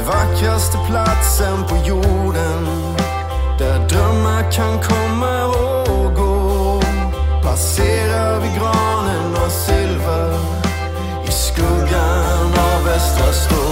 vackraste platsen på jorden, där drömmar kan komma och gå. Passerar vi granen och silver i skuggan av Västra Stå.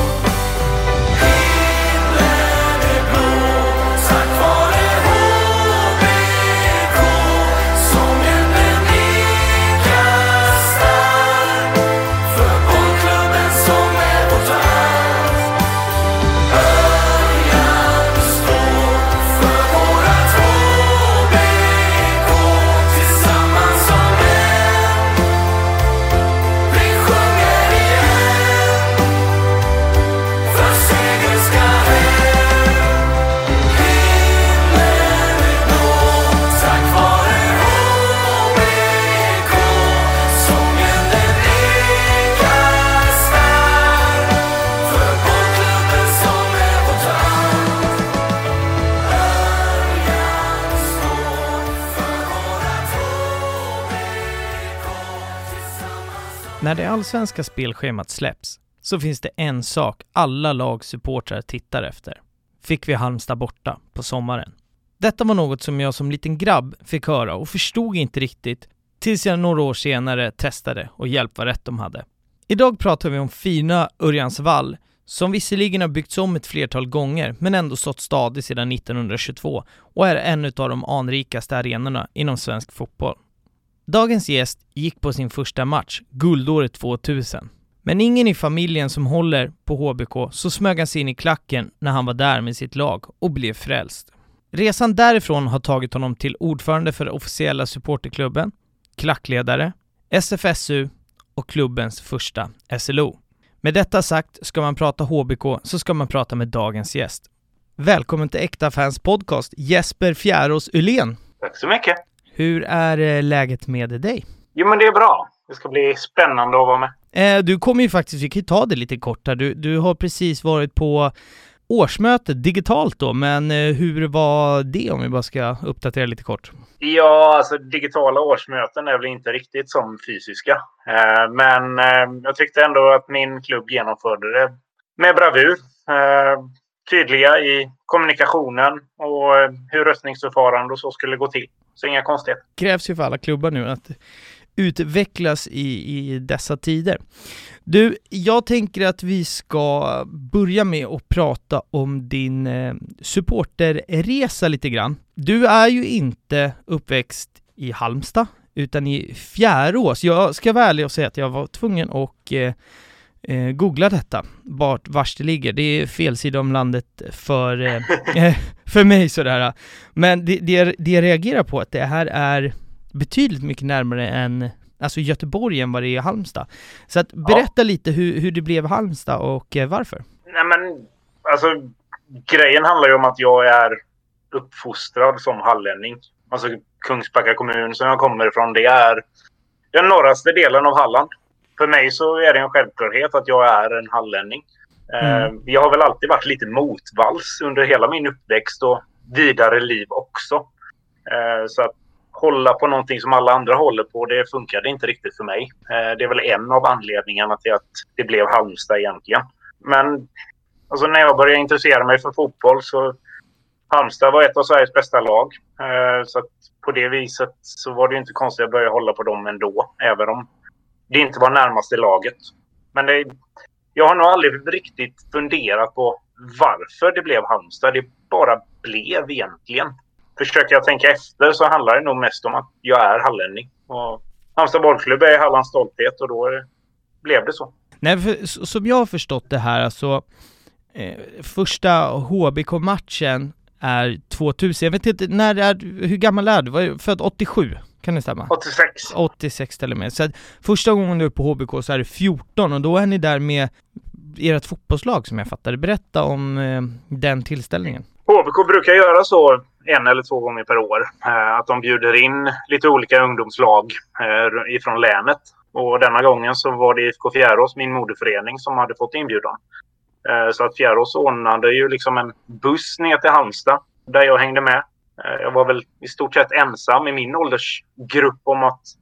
När det allsvenska spelschemat släpps så finns det en sak alla lagsupportrar tittar efter. Fick vi Halmstad borta på sommaren? Detta var något som jag som liten grabb fick höra och förstod inte riktigt tills jag några år senare testade och hjälp vad rätt de hade. Idag pratar vi om fina Örjansvall som visserligen har byggts om ett flertal gånger men ändå stått stadigt sedan 1922 och är en av de anrikaste arenorna inom svensk fotboll. Dagens gäst gick på sin första match, guldåret 2000. Men ingen i familjen som håller på HBK så smög han sig in i klacken när han var där med sitt lag och blev frälst. Resan därifrån har tagit honom till ordförande för officiella supporterklubben, klackledare, SFSU och klubbens första SLO. Med detta sagt, ska man prata HBK så ska man prata med dagens gäst. Välkommen till Äkta Fans podcast, Jesper Fjärås Ullén. Tack så mycket. Hur är läget med dig? Jo, men det är bra. Det ska bli spännande att vara med. Du kommer ju faktiskt, vi kan ta det lite kort här. Du har precis varit på årsmötet digitalt då, men hur var det om vi bara ska uppdatera lite kort? Ja, alltså digitala årsmöten är väl inte riktigt som fysiska. Men jag tyckte ändå att min klubb genomförde det med bravur. Tydliga i kommunikationen och hur röstningsförfarande och så skulle gå till. Så inga konstigheter. Krävs ju för alla klubbar nu att utvecklas i dessa tider. Du, jag tänker att vi ska börja med att prata om din supporterresa lite grann. Du är ju inte uppväxt i Halmstad utan i Fjärås. Jag ska vara ärlig och säga att jag var tvungen att googla detta, vars det ligger. Det är fel sida om landet för mig sådär. Men det jag reagerar på att det här är betydligt mycket närmare än alltså Göteborg än vad det är i Halmstad. Så att berätta lite hur det blev Halmstad och varför. Nej, men alltså grejen handlar ju om att jag är uppfostrad som hallänning. Alltså Kungsbacka kommun som jag kommer ifrån, det är den norraste delen av Halland. För mig så är det en självklarhet att jag är en hallänning. Jag har väl alltid varit lite motvalls under hela min uppväxt och vidare liv också. Så att hålla på någonting som alla andra håller på, det funkade inte riktigt för mig. Det är väl en av anledningarna till att det blev Halmstad egentligen. Men alltså, när jag började intressera mig för fotboll så Halmstad var ett av Sveriges bästa lag. Så att på det viset så var det inte konstigt att börja hålla på dem ändå, även om det inte var närmaste laget. Men jag har nog aldrig riktigt funderat på varför det blev Halmstad. Det bara blev egentligen. Försöker jag tänka efter så handlar det nog mest om att jag är hallänning. Och Halmstad bollklubb är Hallands stolthet och då blev det så. Nej, för, som jag har förstått det här, alltså första HBK-matchen är 2000. Jag vet inte, hur gammal är du? Född 87? Kan det stämma? 86. 86 eller mer. Så att första gången du är på HBK så är det 14 och då är ni där med ert fotbollslag som jag fattade. Berätta om den tillställningen. HBK brukar göra så 1 eller 2 gånger per år. Att de bjuder in lite olika ungdomslag ifrån länet. Och denna gången så var det IFK Fjärås, min moderförening, som hade fått inbjudan. Så att Fjärås ordnade ju liksom en buss ner till Halmstad där jag hängde med. Jag var väl i stort sett ensam i min åldersgrupp om att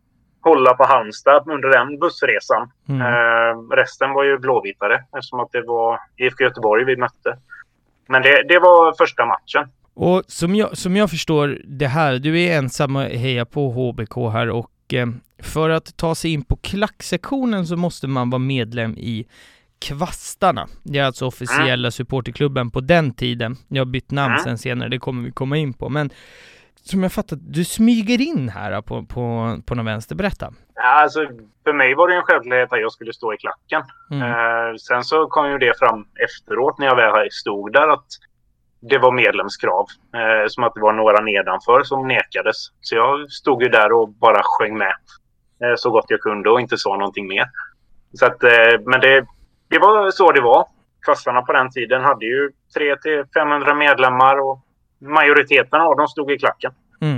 hålla på Halmstad under den bussresan. Resten var ju blåvitare eftersom att det var IFK Göteborg vi mötte. Men det var första matchen. Och som jag förstår det här, du är ensam att heja på HBK här, och för att ta sig in på klacksektionen så måste man vara medlem i Kvastarna. Det är alltså officiella supporterklubben på den tiden. Jag har bytt namn sen senare, det kommer vi komma in på. Men som jag fattat, du smyger in här på någon vänster. Berätta. Ja, alltså, för mig var det en självklarhet att jag skulle stå i klacken. Sen så kom ju det fram efteråt när jag väl stod där att det var medlemskrav. Som att det var några nedanför som nekades. Så jag stod ju där och bara sjöng med så gott jag kunde och inte sa någonting mer. Så att, men det var så det var. Kvastarna på den tiden hade ju 300-500 medlemmar och majoriteten av dem stod i klacken.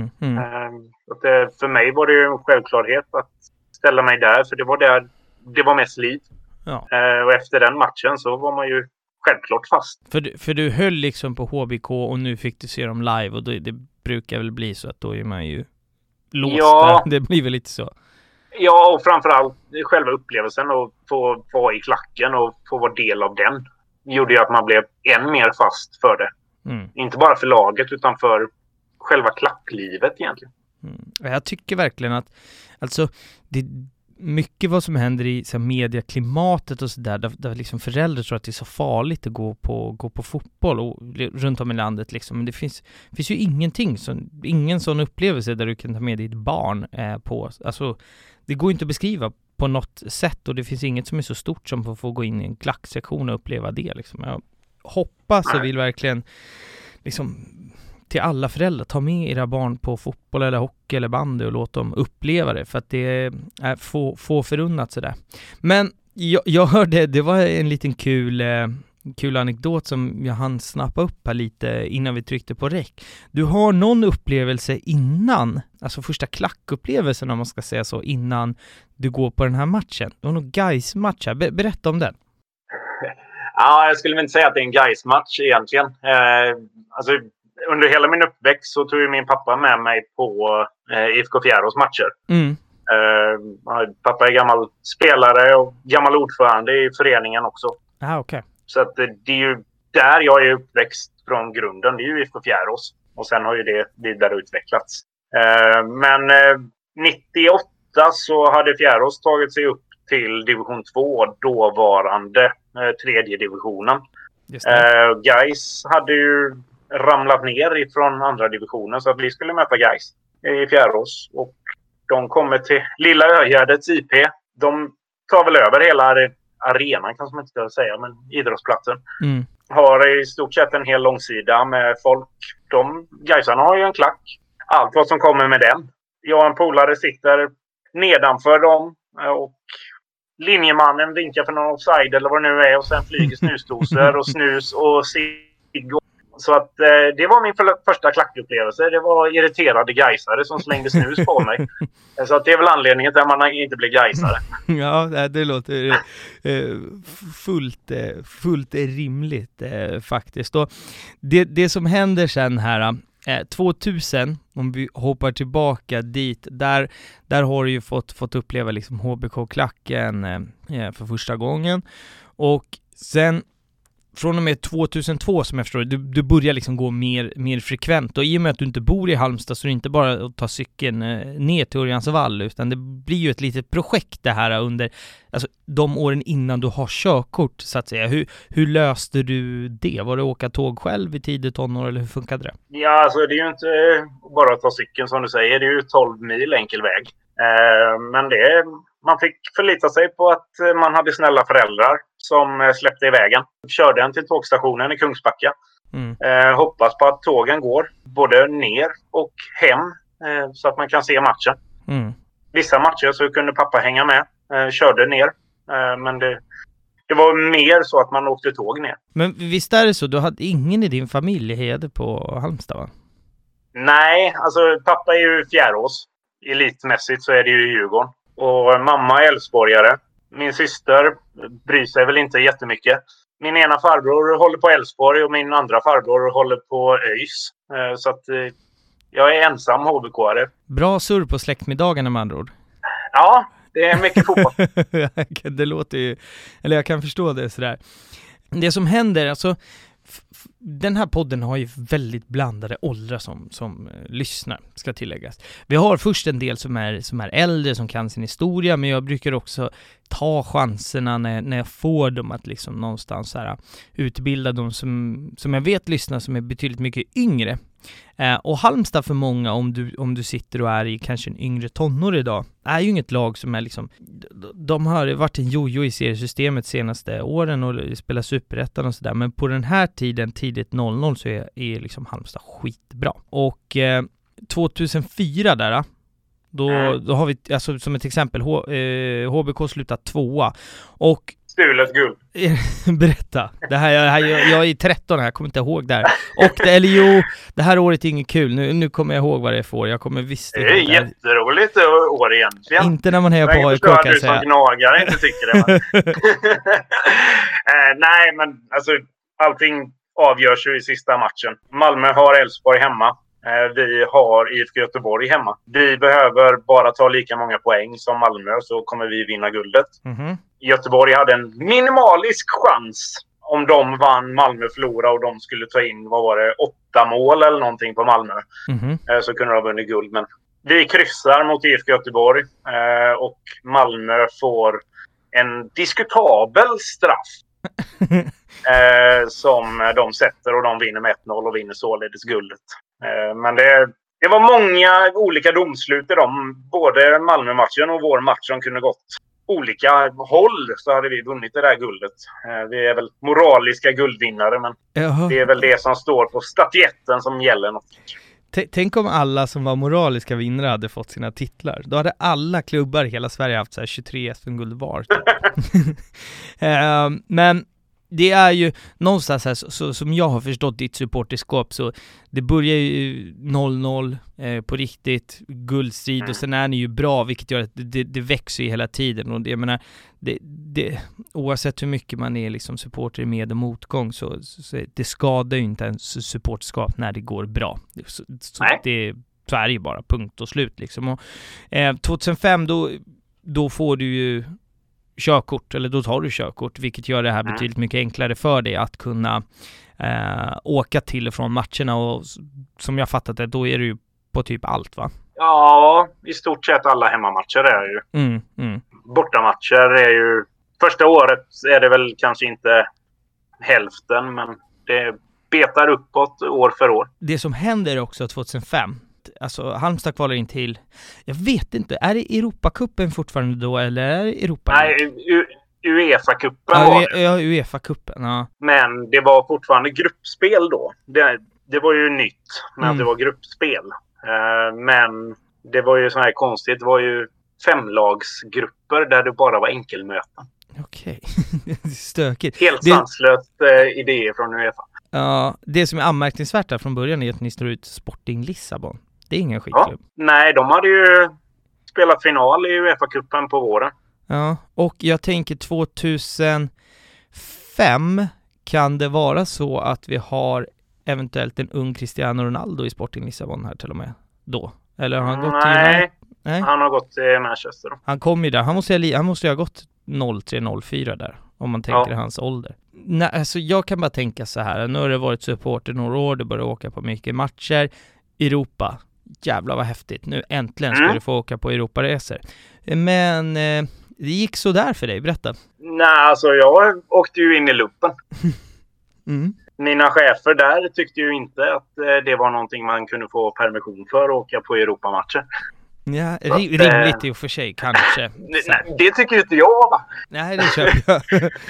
För mig var det ju en självklarhet att ställa mig där, för det var där det var mest liv. Ja. Och efter den matchen så var man ju självklart fast. För du höll liksom på HBK och nu fick du se dem live, och det brukar väl bli så att då är man ju låst. Ja. Det blir väl lite så. Ja, och framförallt själva upplevelsen att få vara i klacken och få vara del av den gjorde ju att man blev än mer fast för det. Inte bara för laget utan för själva klacklivet egentligen. Jag tycker verkligen att alltså, det mycket vad som händer i så här, mediaklimatet och sådär, där liksom föräldrar tror att det är så farligt att gå på fotboll och runt om i landet liksom. Men det finns ju ingen sån upplevelse där du kan ta med ditt barn på. Alltså, det går inte att beskriva på något sätt, och det finns inget som är så stort som att få gå in i en klacksektion och uppleva det liksom. Jag hoppas och vill verkligen liksom till alla föräldrar, ta med era barn på fotboll eller hockey eller bandy och låt dem uppleva det, för att det är få förunnat sådär. Men jag hörde, det var en liten kul anekdot som jag hann snappa upp här lite innan vi tryckte på räck. Du har någon upplevelse innan, alltså första klackupplevelsen om man ska säga så, innan du går på den här matchen. Det var nog Gais-match här. Berätta om den. Ja, jag skulle inte säga att det är en Gais-match egentligen. Alltså under hela min uppväxt så tog ju min pappa med mig på IFK Fjärås matcher. Pappa är gammal spelare och gammal ordförande i föreningen också. Okay. Så att det är ju där jag är uppväxt från grunden. Det är ju IFK Fjärås. Och sen har ju det vidare utvecklats. Men 98 så hade Fjärås tagit sig upp till division 2, dåvarande tredje divisionen. Gais hade ju ramlat ner ifrån andra divisionen, så att vi skulle möta Gais i Fjärås. Och de kommer till Lilla Ögärdets IP. De tar väl över hela arenan, kanske man inte ska säga, men idrottsplatsen. Har i stort sett en hel långsida med folk. Gaisarna har ju en klack. Allt vad som kommer med den. Jag och en polare sitter nedanför dem och linjemannen vinkar för någon offside eller vad det nu är, och sen flyger snusdoser och snus och cigg. Så att det var min första klackupplevelse. Det var irriterade gaisare som slängde snus på mig. Så att det är väl anledningen till att man inte blir gaisare. Ja, det låter fullt rimligt faktiskt. Och det som händer sen här 2000, om vi hoppar tillbaka dit, där har du ju fått uppleva liksom HBK-klacken för första gången. Och sen från och med 2002, som jag förstår, du börjar liksom gå mer frekvent, och i och med att du inte bor i Halmstad så är det inte bara att ta cykeln ner till Örjansvall, utan det blir ju ett litet projekt det här under alltså, de åren innan du har körkort så att säga. Hur löste du det? Var det att åka tåg själv i tidigt tonår, eller hur funkade det? Ja, alltså det är ju inte bara att ta cykeln som du säger, det är ju 12 mil enkel väg. Men man fick förlita sig på att man hade snälla föräldrar som släppte i vägen. Körde en till tågstationen i Kungsbacka. Hoppas på att tågen går både ner och hem så att man kan se matchen. Vissa matcher så kunde pappa hänga med. Körde ner. Men det var mer så att man åkte tåg ner. Men visst är det så? Du hade ingen i din familj hede på Halmstad, va? Nej, alltså pappa är ju Fjärås. Elitmässigt så är det ju Djurgården. Och mamma är älvsborgare. Min syster bryr sig väl inte jättemycket. Min ena farbror håller på Älvsborg och min andra farbror håller på ÖIS. Så att jag är ensam HBK-are. Bra surr på släktmiddagarna med andra ord. Ja, det är mycket fotboll. Det låter ju, eller jag kan förstå det sådär. Det som händer, alltså den här podden har ju väldigt blandade åldrar som lyssnar, ska tilläggas. Vi har först en del som är äldre, som kan sin historia, men jag brukar också ta chanserna när jag får dem att liksom någonstans så här, utbilda dem som jag vet lyssnar, som är betydligt mycket yngre. Och Halmstad för många, om du sitter och är i kanske en yngre tonår idag, är ju inget lag som är liksom, de har varit en jojo i seriesystemet senaste åren och spelar superettan och sådär, men på den här tiden, tidigt 00, så är liksom Halmstad skitbra. Och 2004 där, då har vi, alltså som ett exempel, HBK slutat 2:a och stulet guld. Berätta. Jag är 13 här, jag kommer inte ihåg där. Och det här året är inget kul. Nu kommer jag ihåg vad det är för. Jag kommer visst det är jätteroligt år egentligen. Inte när man hejar på AIK, kan jag säga. Du som gnagare inte tycker det. Nej, men alltså allting avgörs ju i sista matchen. Malmö har Elfsborg hemma. Vi har IFK Göteborg hemma. Vi behöver bara ta lika många poäng som Malmö, så kommer vi vinna guldet. Göteborg hade en minimalisk chans om de vann, Malmö förlorade och de skulle ta in, 8 mål eller någonting på Malmö. Så kunde de ha vunnit guld. Men vi kryssar mot IFK Göteborg och Malmö får en diskutabel straff som de sätter, och de vinner med 1-0 och vinner således guldet. Men det var många olika domslut i dem. Både Malmö-matchen och vår match som kunde gått olika håll, så hade vi vunnit det där guldet. Vi är väl moraliska guldvinnare, men det är väl det som står på statyetten som gäller något. Tänk om alla som var moraliska vinnare hade fått sina titlar. Då hade alla klubbar i hela Sverige haft så här 23 SM-guld var. Men det är ju någonstans här, så som jag har förstått ditt supporterskap, så det börjar ju 0-0 på riktigt, guldstrid, och sen är ni ju bra, vilket gör att det växer ju hela tiden. Och det, jag menar, det, oavsett hur mycket man är liksom supporter med och motgång, så det skadar ju inte ens supporterskap när det går bra. Så är det ju bara punkt och slut liksom. Och 2005 då får du ju körkort, eller då tar du körkort, vilket gör det här betydligt mycket enklare för dig att kunna åka till och från matcherna, och som jag fattat det, då är du ju på typ allt, va? Ja, i stort sett alla hemmamatcher är ju. Bortamatcher är ju, första året är det väl kanske inte hälften, men det betar uppåt år för år. Det som händer också 2005, alltså Halmstad kvalar in till, jag vet inte, är det Europacupen fortfarande då, eller är det Europa? Nej, UEFA-cupen var det. Ja, UEFA-cupen, ja. Men det var fortfarande gruppspel då. Det var ju nytt med att det var gruppspel. Men det var ju så här konstigt, det var ju 5-lagsgrupper där det bara var enkelmöten. Okej, det är stökigt. Helt sanslöst idéer från UEFA. Ja, det som är anmärkningsvärt där från början är att ni står ut Sporting Lissabon. Det är ingen skitklubb. Ja, nej, de hade ju spelat final i UEFA-cupen på våren. Ja, och jag tänker 2005 kan det vara så att vi har eventuellt en ung Cristiano Ronaldo i Sporting Lissabon här till och med då. Eller har han gått till Nej, han har gått till Manchester. Han kom ju där. Han måste ju ha gått 03-04 där, om man tänker hans ålder. Nej, alltså jag kan bara tänka så här. Nu har det varit supporter några år, du börjar åka på mycket matcher. Europa, jävlar vad häftigt. Nu äntligen ska du få åka på Europaresor. Men det gick så där för dig, berätta. Nej, alltså jag åkte ju in i luppen. Mina chefer där tyckte ju inte att det var någonting man kunde få permission för att åka på Europamatcher. Ja, rimligt i och för sig, kanske. Nej, det tycker inte jag, va? Nej, det köper jag.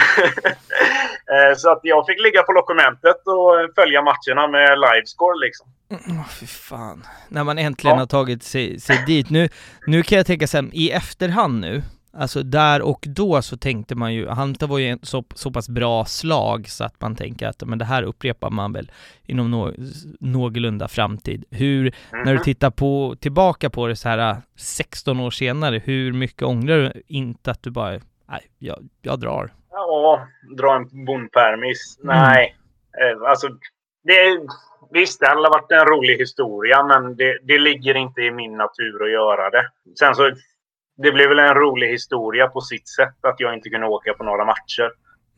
Så att jag fick ligga på dokumentet och följa matcherna med livescore liksom. Fy fan. När man äntligen har tagit sig dit. Nu kan jag tänka sen i efterhand nu. Alltså där och då så tänkte man ju, Halmstad var ju en så pass bra slag så att man tänker att men det här upprepar man väl inom någorlunda framtid. När du tittar tillbaka på det så här 16 år senare, hur mycket ångrar du inte att du bara, nej, jag drar? Ja, dra en bondpermis. Nej, alltså visst, det hade varit en rolig historia, men det ligger inte i min natur att göra det. Sen så det blev väl en rolig historia på sitt sätt att jag inte kunde åka på några matcher.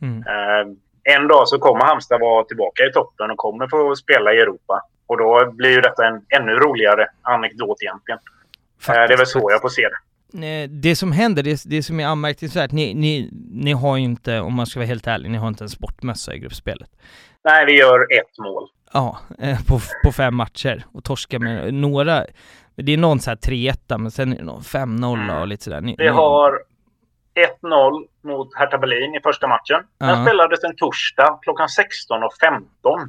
En dag så kommer Halmstad vara tillbaka i toppen och kommer få spela i Europa. Och då blir ju detta en ännu roligare anekdot egentligen. Det är väl så jag får se det. Det som händer, det som är anmärkningsvärt, ni har ju inte, om man ska vara helt ärlig, ni har inte en sportmössa i gruppspelet. Nej, vi gör 1 mål. Ja, på 5 matcher och torska med några, det är någon så här 3-1, men sen är det någon 5-0 och lite sådär. Vi har 1-0 mot Hertha Berlin i första matchen. Den spelades en torsdag klockan 16:15.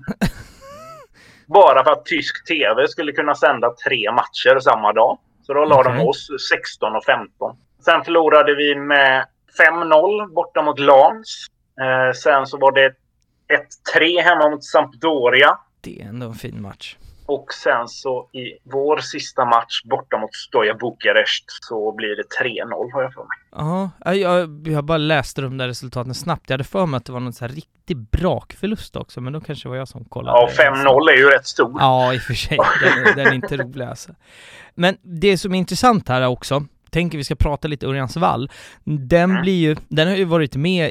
Bara för att tysk tv skulle kunna sända 3 matcher samma dag. Så då la de oss 16:15. Sen förlorade vi med 5-0 borta mot Lans. Sen så var det 1-3 hemma mot Sampdoria. Det är ändå en fin match. Och sen så i vår sista match borta mot Stoja Bukarest så blir det 3-0 har jag för mig. Ja, jag bara läste de där resultaten snabbt. Jag hade för mig att det var någon så här riktigt brakförlust också, men då kanske var jag som kollade. Ja, 5-0 är ju rätt stor. Ja, i och för sig. Den är inte rolig alltså. Men det som är intressant här också, tänker vi ska prata lite Örjansvall. Den har ju varit med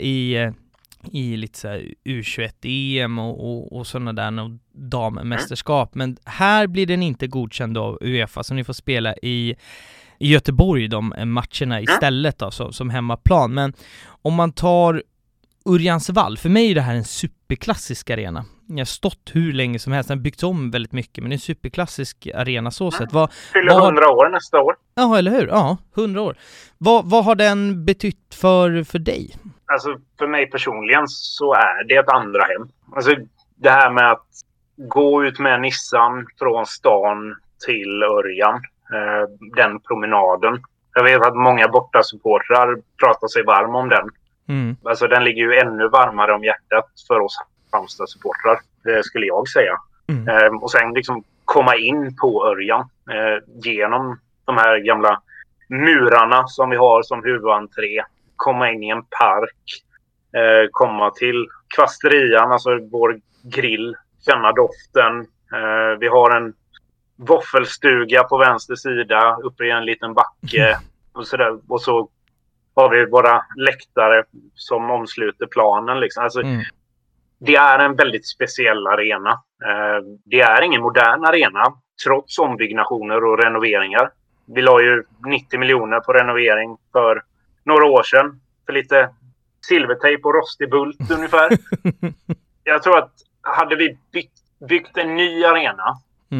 i lite så här U21-EM och sådana där dammästerskap. Men här blir den inte godkänd av UEFA, så ni får spela i Göteborg de matcherna istället då, som hemmaplan. Men om man tar Örjansvall, för mig är det här en superklassisk arena. Jag har stått hur länge som helst, den har byggts om väldigt mycket, men det är en superklassisk arena så sett. Fyller 100 år nästa år. Ja, eller hur? Ja, 100 år. Vad har den betytt för dig? Alltså för mig personligen så är det ett andra hem. Alltså det här med att gå ut med Nissan från stan till Örjan, den promenaden. Jag vet att många bortasupportrar pratar sig varm om den. Alltså den ligger ju ännu varmare om hjärtat för oss Halmstad-supportrar, det skulle jag säga. Och sen liksom komma in på Örjan genom de här gamla murarna som vi har som huvudentré. Komma in i en park, komma till kvasterian, alltså vår grill, känna doften. Vi har en våffelstuga på vänster sida uppe i en liten backe och sådär. Och så har vi våra läktare som omsluter planen. Liksom. Alltså, det är en väldigt speciell arena. Det är ingen modern arena trots ombyggnationer och renoveringar. Vi la ju 90 miljoner på renovering för några år sedan. För lite silvertejp och rostig bult ungefär. Jag tror att hade vi byggt en ny arena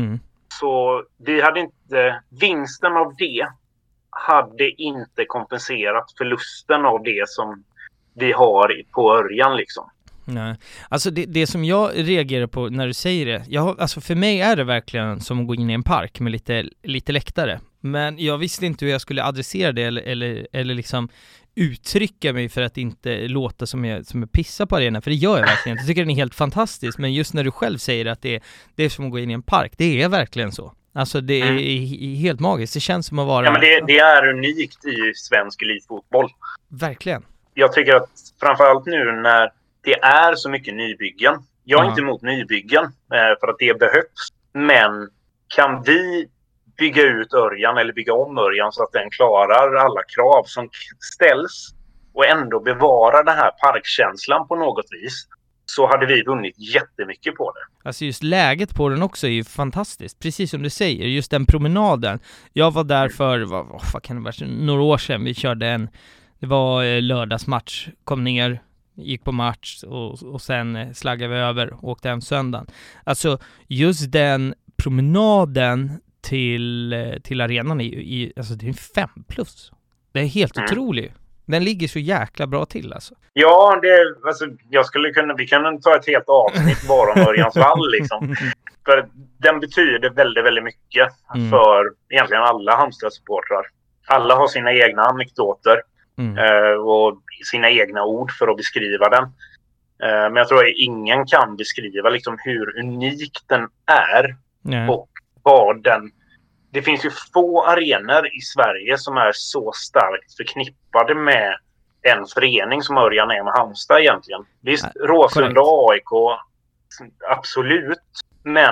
så vi hade inte, vinsten av det hade inte kompenserat förlusten av det som vi har på Örjan liksom. Nej. Alltså det som jag reagerar på när du säger det, alltså för mig är det verkligen som att gå in i en park med lite läktare. Men jag visste inte hur jag skulle adressera det eller liksom uttrycka mig för att inte låta som jag pissar på arenan, för det gör jag verkligen. Jag tycker den är helt fantastisk, men just när du själv säger att det är som att gå in i en park, det är verkligen så. Alltså det är helt magiskt. Det känns som att vara... Ja, men det är unikt i svensk elitfotboll. Verkligen. Jag tycker att framförallt nu när det är så mycket nybyggen. Jag är inte emot nybyggen för att det behövs. Men kan vi bygga ut Örjan eller bygga om Örjan så att den klarar alla krav som ställs och ändå bevara den här parkkänslan på något vis, så hade vi vunnit jättemycket på det. Alltså just läget på den också är ju fantastiskt. Precis som du säger, just den promenaden. Jag var där för, vad kan det vara, några år sedan. Vi körde det var lördagsmatch, kom ner, gick på match och sen slaggade vi över och åkte hem söndagen. Alltså just den promenaden till arenan alltså det är 5+. Det är helt otroligt. Den ligger så jäkla bra till alltså. Ja, alltså, vi kan ta ett helt avsnitt bara om Örjansvall liksom. För den betyder väldigt, väldigt mycket för egentligen alla Halmstad-supportrar. Alla har sina egna anekdoter och sina egna ord för att beskriva den. Men jag tror att ingen kan beskriva liksom hur unik den är och vad den... Det finns ju få arenor i Sverige som är så starkt förknippade med en förening som Örjan är med Halmstad egentligen. Visst, Råsunda och AIK, absolut. Men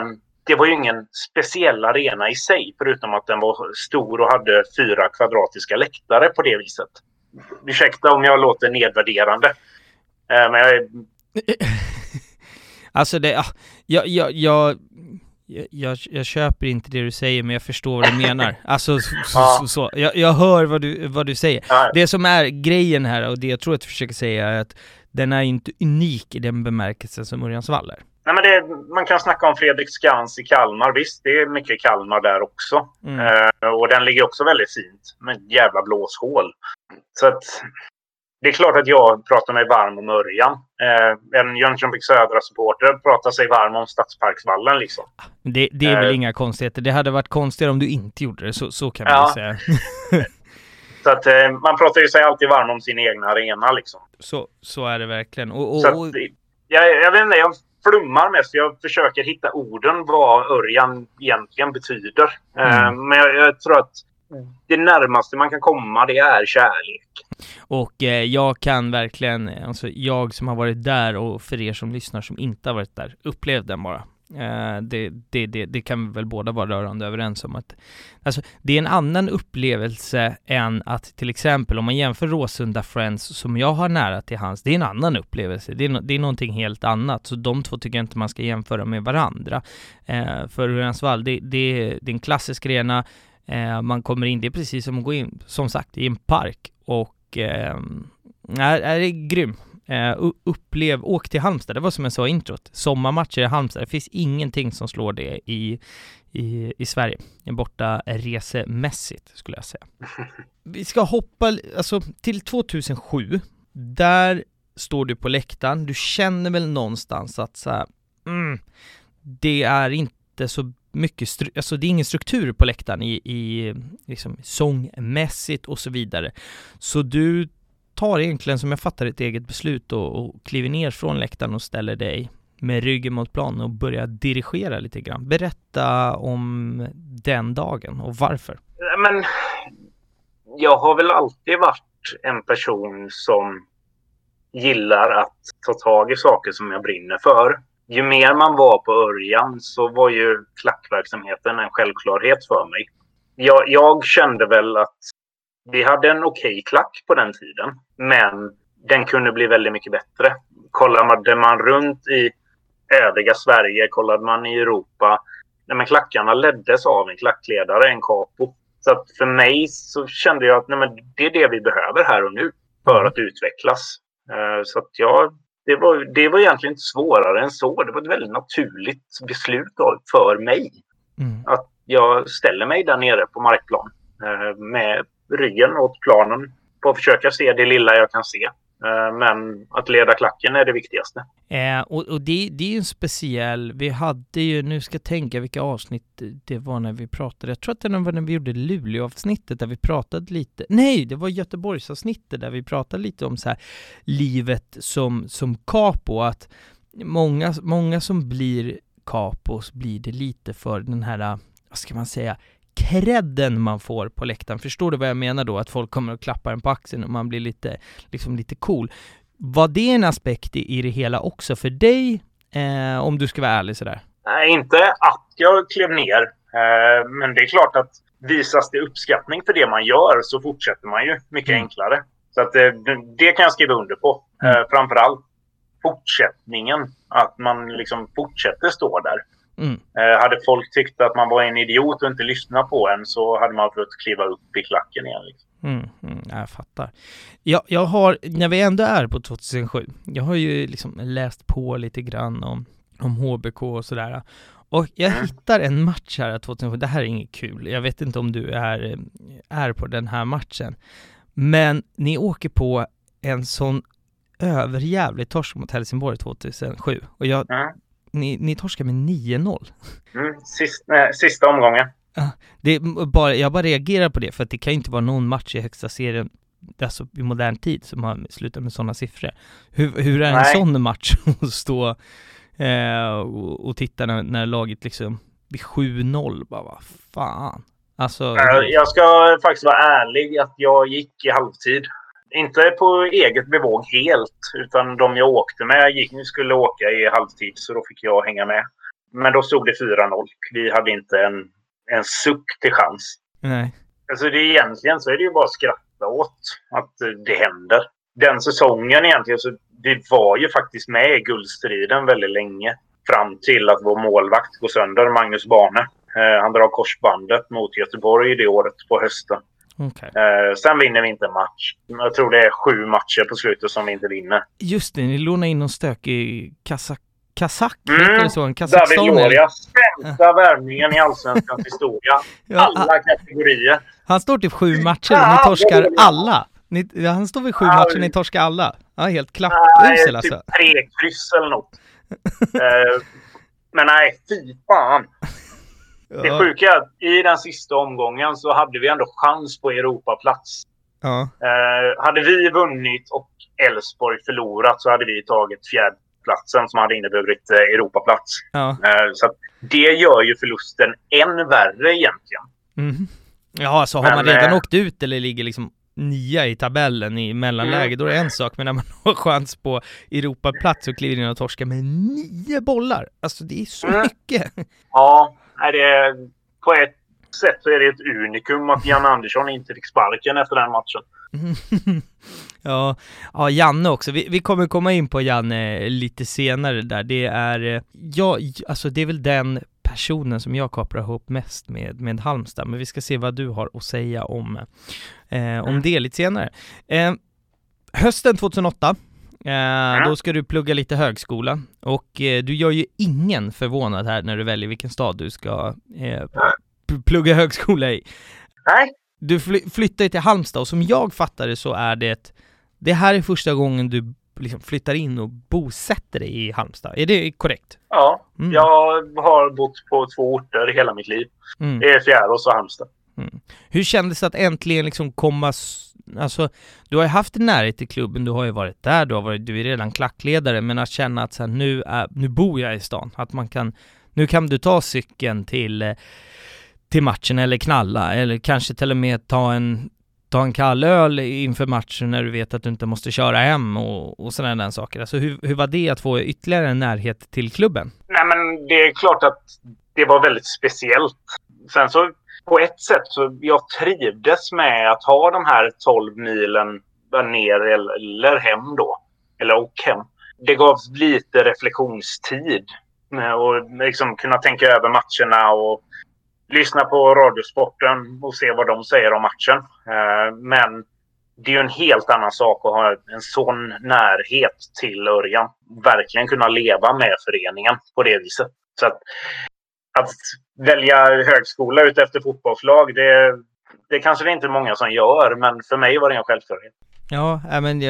det var ju ingen speciell arena i sig, förutom att den var stor och hade 4 kvadratiska läktare på det viset. Ursäkta om jag låter nedvärderande. Men Alltså jag köper inte det du säger, men jag förstår vad du menar. Alltså så. Jag hör vad du säger. Ja. Det som är grejen här, och det jag tror att du försöker säga, är att den är inte unik i den bemärkelsen som Örjansvall är. Nej, men man kan snacka om Fredriksskans i Kalmar. Visst, det är mycket Kalmar där också. Och den ligger också väldigt fint. Med jävla blåshål. Så att det är klart att jag pratar mig varm om Örjan. En Jönköping Södra-supporter pratar sig varm om Stadsparksvallen liksom. Det är väl inga konstigheter. Det hade varit konstigare om du inte gjorde det. Så kan man säga. Så att man pratar ju sig alltid varm om sin egna arena liksom. Så är det verkligen. Så att, jag vet inte, jag flummar mest. Jag försöker hitta orden vad Örjan egentligen betyder. Men jag tror att det närmaste man kan komma, det är kärlek. Och jag kan verkligen, alltså jag som har varit där, och för er som lyssnar som inte har varit där, upplev den bara. Det kan vi väl båda vara rörande överens om, att alltså, det är en annan upplevelse än att till exempel om man jämför Råsunda Friends som jag har nära till hans, det är en annan upplevelse, det är någonting helt annat, så de två tycker jag inte man ska jämföra med varandra. För Örjansvall, det är en klassisk arena, man kommer in, det är precis som att gå in som sagt i en park, och är grym. Åk till Halmstad, det var som jag sa i introt, sommarmatcher i Halmstad, det finns ingenting som slår det i Sverige, borta resemässigt skulle jag säga. Vi ska hoppa alltså till 2007, där står du på läktaren, du känner väl någonstans att så här, det är inte så mycket, alltså det är ingen struktur på läktaren i liksom sångmässigt och så vidare, så du tar egentligen, som jag fattar, ett eget beslut och kliver ner från läktaren och ställer dig med ryggen mot planen och börjar dirigera lite grann. Berätta om den dagen och varför. Men jag har väl alltid varit en person som gillar att ta tag i saker som jag brinner för. Ju mer man var på Örjan så var ju klackverksamheten en självklarhet för mig. Jag kände väl att vi hade en okej klack på den tiden, men den kunde bli väldigt mycket bättre. Kollade man runt i övriga Sverige, kollade man i Europa, men klackarna leddes av en klackledare, en capo. Så att för mig så kände jag att det är det vi behöver här och nu för att utvecklas. Så att det var egentligen inte svårare än så. Det var ett väldigt naturligt beslut för mig. Att jag ställer mig där nere på markplan med ryggen åt planen på att försöka se det lilla jag kan se. Men att leda klacken är det viktigaste. Och det är ju en speciell, vi hade ju, nu ska jag tänka vilka avsnitt det var när vi pratade. Jag tror att det var när vi gjorde Luleå-avsnittet där vi pratade lite, nej det var Göteborgs-avsnittet där vi pratade lite om så här livet som capo, att många som blir capos blir det lite för den här, vad ska man säga, kredden man får på läktaren. Förstår du vad jag menar då? Att folk kommer och klappar en på axeln och man blir lite cool. Var det en aspekt i det hela också för dig? Om du ska vara ärlig sådär. Nej, inte att jag klev ner. Men det är klart att visas det uppskattning för det man gör så fortsätter man ju mycket enklare. Så att det kan jag skriva under på. Framförallt fortsättningen. Att man liksom fortsätter stå där. Hade folk tyckt att man var en idiot och inte lyssnat på en så hade man fått kliva upp i klacken igen. Liksom. Jag fattar. Jag har, när vi ändå är på 2007, jag har ju liksom läst på lite grann om HBK och sådär. Och jag hittar en match här 2007. Det här är inget kul. Jag vet inte om du är på den här matchen. Men ni åker på en sån överjävlig torsk mot Helsingborg 2007. Och Ni torskar med 9-0. Sista omgången. Jag bara reagerar på det, för att det kan ju inte vara någon match i högsta serien alltså i modern tid som har slutat med sådana siffror. Hur är en sån match att stå och titta när laget liksom blir 7-0? Bara vad fan. Alltså, jag ska faktiskt vara ärlig att jag gick i halvtid. Inte på eget bevåg helt, utan de jag åkte med skulle åka i halvtid, så då fick jag hänga med. Men då stod det 4-0. Vi hade inte en suck till chans. Nej. Alltså egentligen så är det ju bara att skratta åt att det händer. Den säsongen egentligen, så vi var ju faktiskt med i guldstriden väldigt länge. Fram till att vår målvakt går sönder, Magnus Bane. Han drar korsbandet mot Göteborg det året på hösten. Okay. Sen vinner vi inte en match. Jag tror det är 7 matcher på slutet som vi inte vinner. Just det, ni lånar in någon stök i Kazakstan. David Loria, sämsta värvningen i allsvenskans historia. Alla kategorier. Han står till 7 matcher och ni torskar alla. Han står vid 7 matcher och ni torskar alla. Ja, helt klappusel alltså. Typ 3 kryss eller något. Men nej, fy fan. Det sjuka är att i den sista omgången så hade vi ändå chans på Europaplats. Ja. Hade vi vunnit och Elfsborg förlorat så hade vi tagit fjärdeplatsen som hade inneburit Europaplats. Ja. Så att det gör ju förlusten än värre egentligen. Mm. Ja, så har man redan åkt ut eller ligger liksom 9 i tabellen i mellanläge, då är det en sak. Men när man har chans på Europaplats och kliver in och torskar med 9 bollar. Alltså det är så mycket. Ja, det är, på ett sätt så är det ett unikum att Jan Andersson inte fick sparken efter den matchen. Ja, Janne också. Vi kommer komma in på Janne lite senare där. Det är alltså det är väl den personen som jag kopplar ihop mest med Halmstad, men vi ska se vad du har att säga om det lite senare. Hösten 2008 då ska du plugga lite högskola och du gör ju ingen förvånad här när du väljer vilken stad du ska plugga högskola i. Nej. Du flyttar till Halmstad och som jag fattar det så är det här är första gången du liksom flyttar in och bosätter dig i Halmstad. Är det korrekt? Ja, jag har bott på 2 orter hela mitt liv. Det är Fjärås och Halmstad. Hur kändes det att äntligen liksom komma, alltså du har ju haft en närhet till klubben, du har ju varit där, du är redan klackledare, men att känna att så här, nu bor jag i stan, att nu kan du ta cykeln till matchen eller knalla, eller kanske till och med ta en kall öl inför matchen när du vet att du inte måste köra hem och sådana där saker. Alltså hur var det att få ytterligare en närhet till klubben? Nej, men det är klart att det var väldigt speciellt. Sen så på ett sätt så jag trivdes med att ha de här 12 milen ner eller hem då. Och hem. Det gav lite reflektionstid och liksom kunna tänka över matcherna och lyssna på radiosporten och se vad de säger om matchen. Men det är ju en helt annan sak att ha en sån närhet till Örjan. Verkligen kunna leva med föreningen på det viset. Så att välja högskola ut efter fotbollslag, det kanske det inte är många som gör, men för mig var det en självklarhet. Ja, men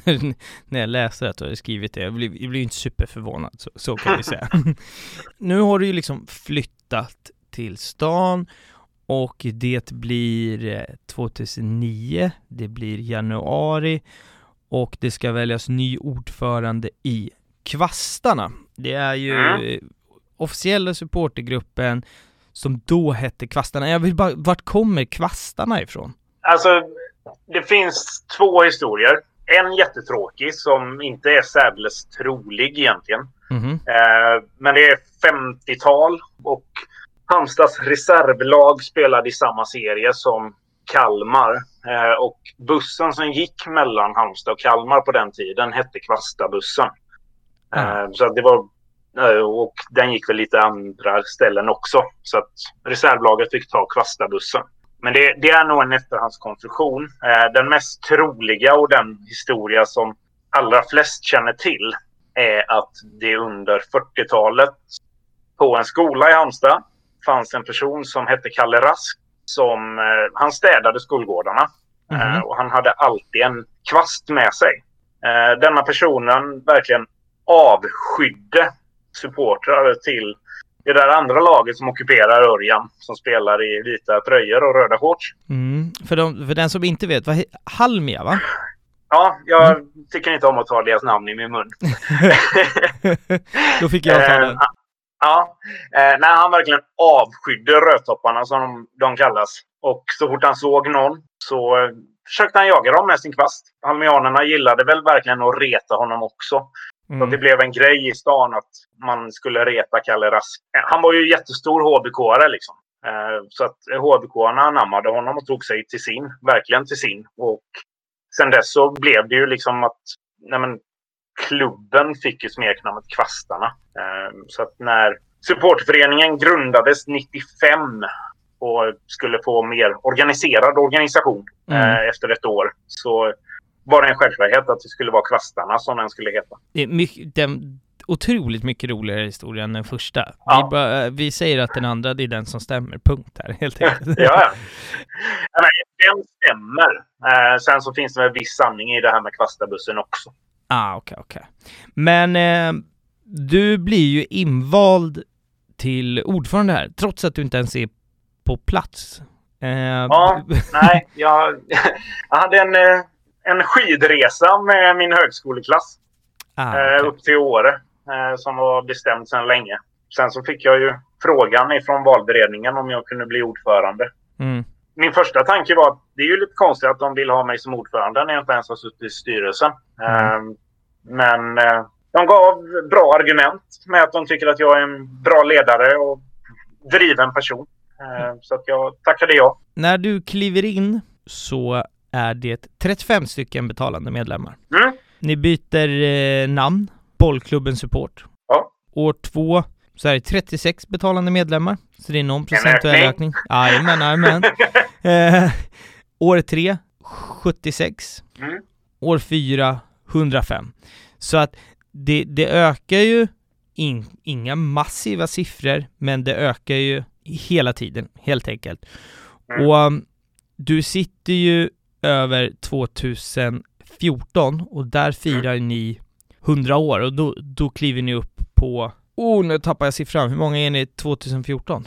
när jag läser att du har skrivit det, jag blir inte superförvånad, så kan vi säga. Nu har du ju liksom flyttat till stan och det blir 2009, det blir januari och det ska väljas ny ordförande i Kvastarna. Det är ju officiella supportergruppen som då hette Kvastarna. Jag vill bara, vart kommer Kvastarna ifrån? Alltså, det finns 2 historier. En jättetråkig som inte är särdeles trolig egentligen. Men det är 50-tal och Halmstads reservlag spelade i samma serie som Kalmar. Och bussen som gick mellan Halmstad och Kalmar på den tiden hette Kvastabussen. Så det var, och den gick väl lite andra ställen också. Så att reservlaget fick ta Kvastabussen. Men det är nog en efterhandskonstruktion. Den mest troliga och den historia som allra flest känner till är att det under 40-talet på en skola i Halmstad fanns en person som hette Kalle Rask som han städade skolgårdarna. Och han hade alltid en kvast med sig. Denna personen verkligen avskydde supportrar till det där andra laget som ockuperar Örjan, som spelar i vita tröjor och röda shorts. För den som inte vet, Halmia, va? Ja, jag tycker inte om att ta deras namn i min mun. Då fick jag ta den. Ja, när han verkligen avskydde rödtopparna som de kallas. Och så fort han såg någon så försökte han jaga dem med sin kvast. Halmianerna gillade väl verkligen att reta honom också. Så det blev en grej i stan att man skulle reta Kalle Rask. Han var ju jättestor HBK-are liksom. Så att HBK-arna anammade honom och tog sig verkligen till sin. Och sen dess så blev det ju liksom att klubben fick ju smeknamnet Kvastarna. Så att när supportföreningen grundades 95 och skulle få mer organiserad organisation efter ett år, så var det en självklarhet att det skulle vara Kvastarna som den skulle heta. Det är otroligt mycket roligare historia än den första. Ja. Vi säger att den andra är den som stämmer, punkt här, helt enkelt. Ja. Nej, den stämmer. Sen så finns det en viss sanning i det här med Kvastarbussen också. Okej. Men du blir ju invald till ordförande här, trots att du inte ens är på plats. Jag hade en skidresa med min högskoleklass upp till Åre som var bestämd sedan länge. Sen så fick jag ju frågan ifrån valberedningen om jag kunde bli ordförande. Min första tanke var att det är ju lite konstigt att de vill ha mig som ordförande när jag inte ens har suttit i styrelsen. Men de gav bra argument med att de tycker att jag är en bra ledare och driven person. Så att jag tackade ja. När du kliver in så är det 35 stycken betalande medlemmar. Ni byter namn, Bollklubben Support. Ja. År 2 så är det 36 betalande medlemmar. Så det är någon procentuell ökning. Jajamän. År 3 76. År 4 105. Så att det ökar ju inga massiva siffror, men det ökar ju hela tiden, helt enkelt. Och du sitter ju över 2014 och där firar ni 100 år och då kliver ni upp på, nu tappar jag siffran. Hur många är ni 2014?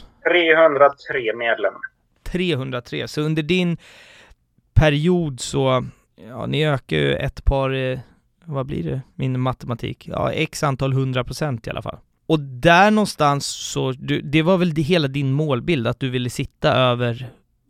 303 medlemmar. 303. Så under din period så, ni ökar ju ett par, vad blir det? Min matematik. X antal 100% i alla fall. Och där någonstans så, det var väl hela din målbild att du ville sitta över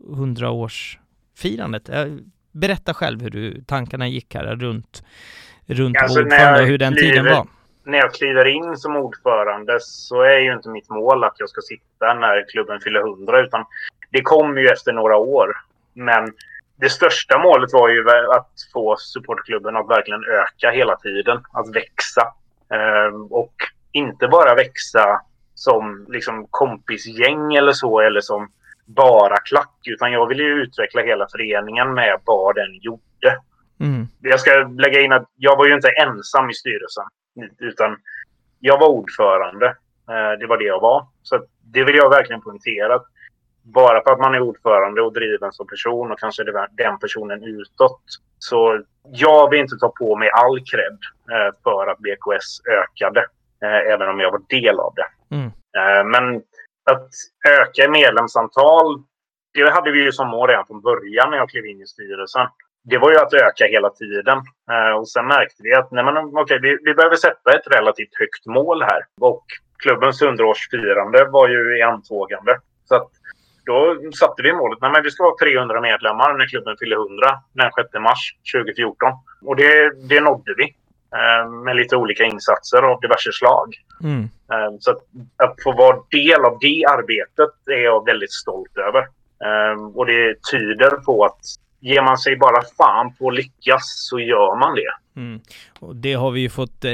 100-årsfirandet. Berätta själv hur tankarna gick här runt ordförande och hur den tiden var. När jag kliver in som ordförande så är ju inte mitt mål att jag ska sitta när klubben fyller 100, utan det kommer ju efter några år. Men det största målet var ju att få supportklubben att verkligen öka hela tiden, att växa. Och inte bara växa som liksom kompisgäng eller så, eller som bara klack, utan jag ville ju utveckla hela föreningen med vad den gjorde. Jag ska lägga in att jag var ju inte ensam i styrelsen, utan jag var ordförande. Det var det jag var. Så det vill jag verkligen poängtera. Bara för att man är ordförande och driven som person och kanske den personen utåt, så jag vill inte ta på mig all cred för att BKS ökade, även om jag var del av det. Men att öka medlemsantal, det hade vi ju som mål redan från början när jag klev in i styrelsen. Det var ju att öka hela tiden. Och sen märkte vi att vi behöver sätta ett relativt högt mål här. Och klubbens 100-årsfirande var ju i antågande. Så att då satte vi målet. Vi ska vara 300 medlemmar när klubben fyller 100 den 6 mars 2014. Och det nådde vi. Med lite olika insatser av diverse slag. Så att få vara del av det arbetet är jag väldigt stolt över. Och det tyder på att ger man sig bara fan på att lyckas så gör man det. Och det har vi ju fått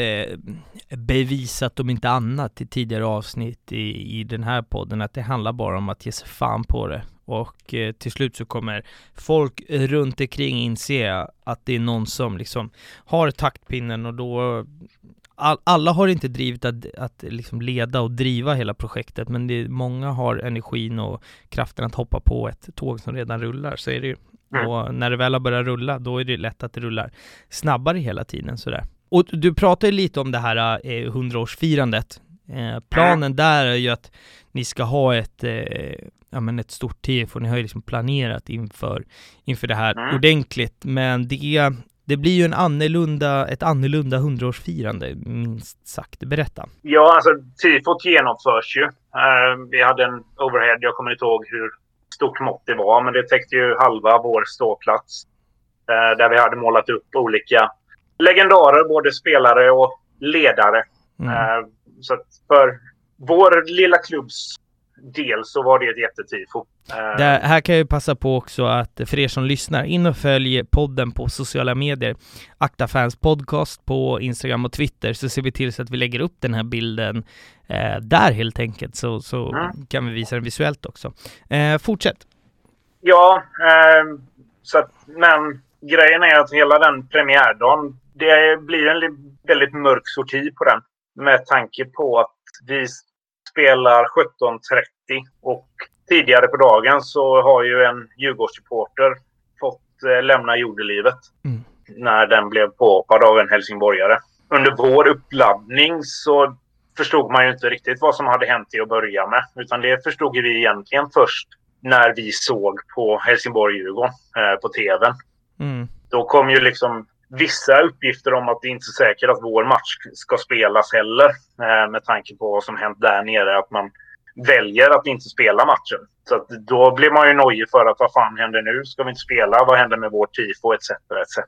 bevisat om inte annat i tidigare avsnitt i den här podden, att det handlar bara om att ge sig fan på det. Och till slut så kommer folk runt omkring inse att det är någon som liksom har taktpinnen, och då alla har inte drivit att liksom leda och driva hela projektet, men många har energin och kraften att hoppa på ett tåg som redan rullar, så är det ju. Och när det väl har börjat rulla, då är det lätt att det rullar snabbare hela tiden sådär. Och du pratar ju lite om det här 100-årsfirandet. Planen där är ju att ni ska ha ett stort tifo. Ni har ju liksom planerat inför det här ordentligt, men det blir ju ett annorlunda 100-årsfirande, minst sagt. Berätta. Ja, alltså tifot genomförs ju. Vi hade en overhead, jag kommer inte ihåg hur stort mått det var, men det täckte ju halva vår ståplats. Där vi hade målat upp olika legendarer, både spelare och ledare. Så att för vår lilla klubbs del så var det ett jättetifo. Här kan jag ju passa på också att för er som lyssnar, in och följ podden på sociala medier. Akta Fans podcast på Instagram och Twitter, så ser vi till så att vi lägger upp den här bilden där helt enkelt, så kan vi visa den visuellt också. Fortsätt. Ja, så att, men grejen är att hela den premiärdagen, det blir en väldigt mörk sorti på den, med tanke på att vi spelar 17:30 och tidigare på dagen så har ju en Djurgårdssupporter fått lämna jordelivet när den blev påhoppad av en helsingborgare. Under vår uppladdning så förstod man ju inte riktigt vad som hade hänt till att börja med, utan det förstod vi egentligen först när vi såg på Helsingborg-Djurgården på tvn. Då kom ju liksom vissa uppgifter om att det inte är säkert att vår match ska spelas heller, med tanke på vad som hänt där nere, att man väljer att inte spela matchen. Så att då blir man ju nojig för att vad fan händer nu? Ska vi inte spela? Vad händer med vår tifo? Etc. etc.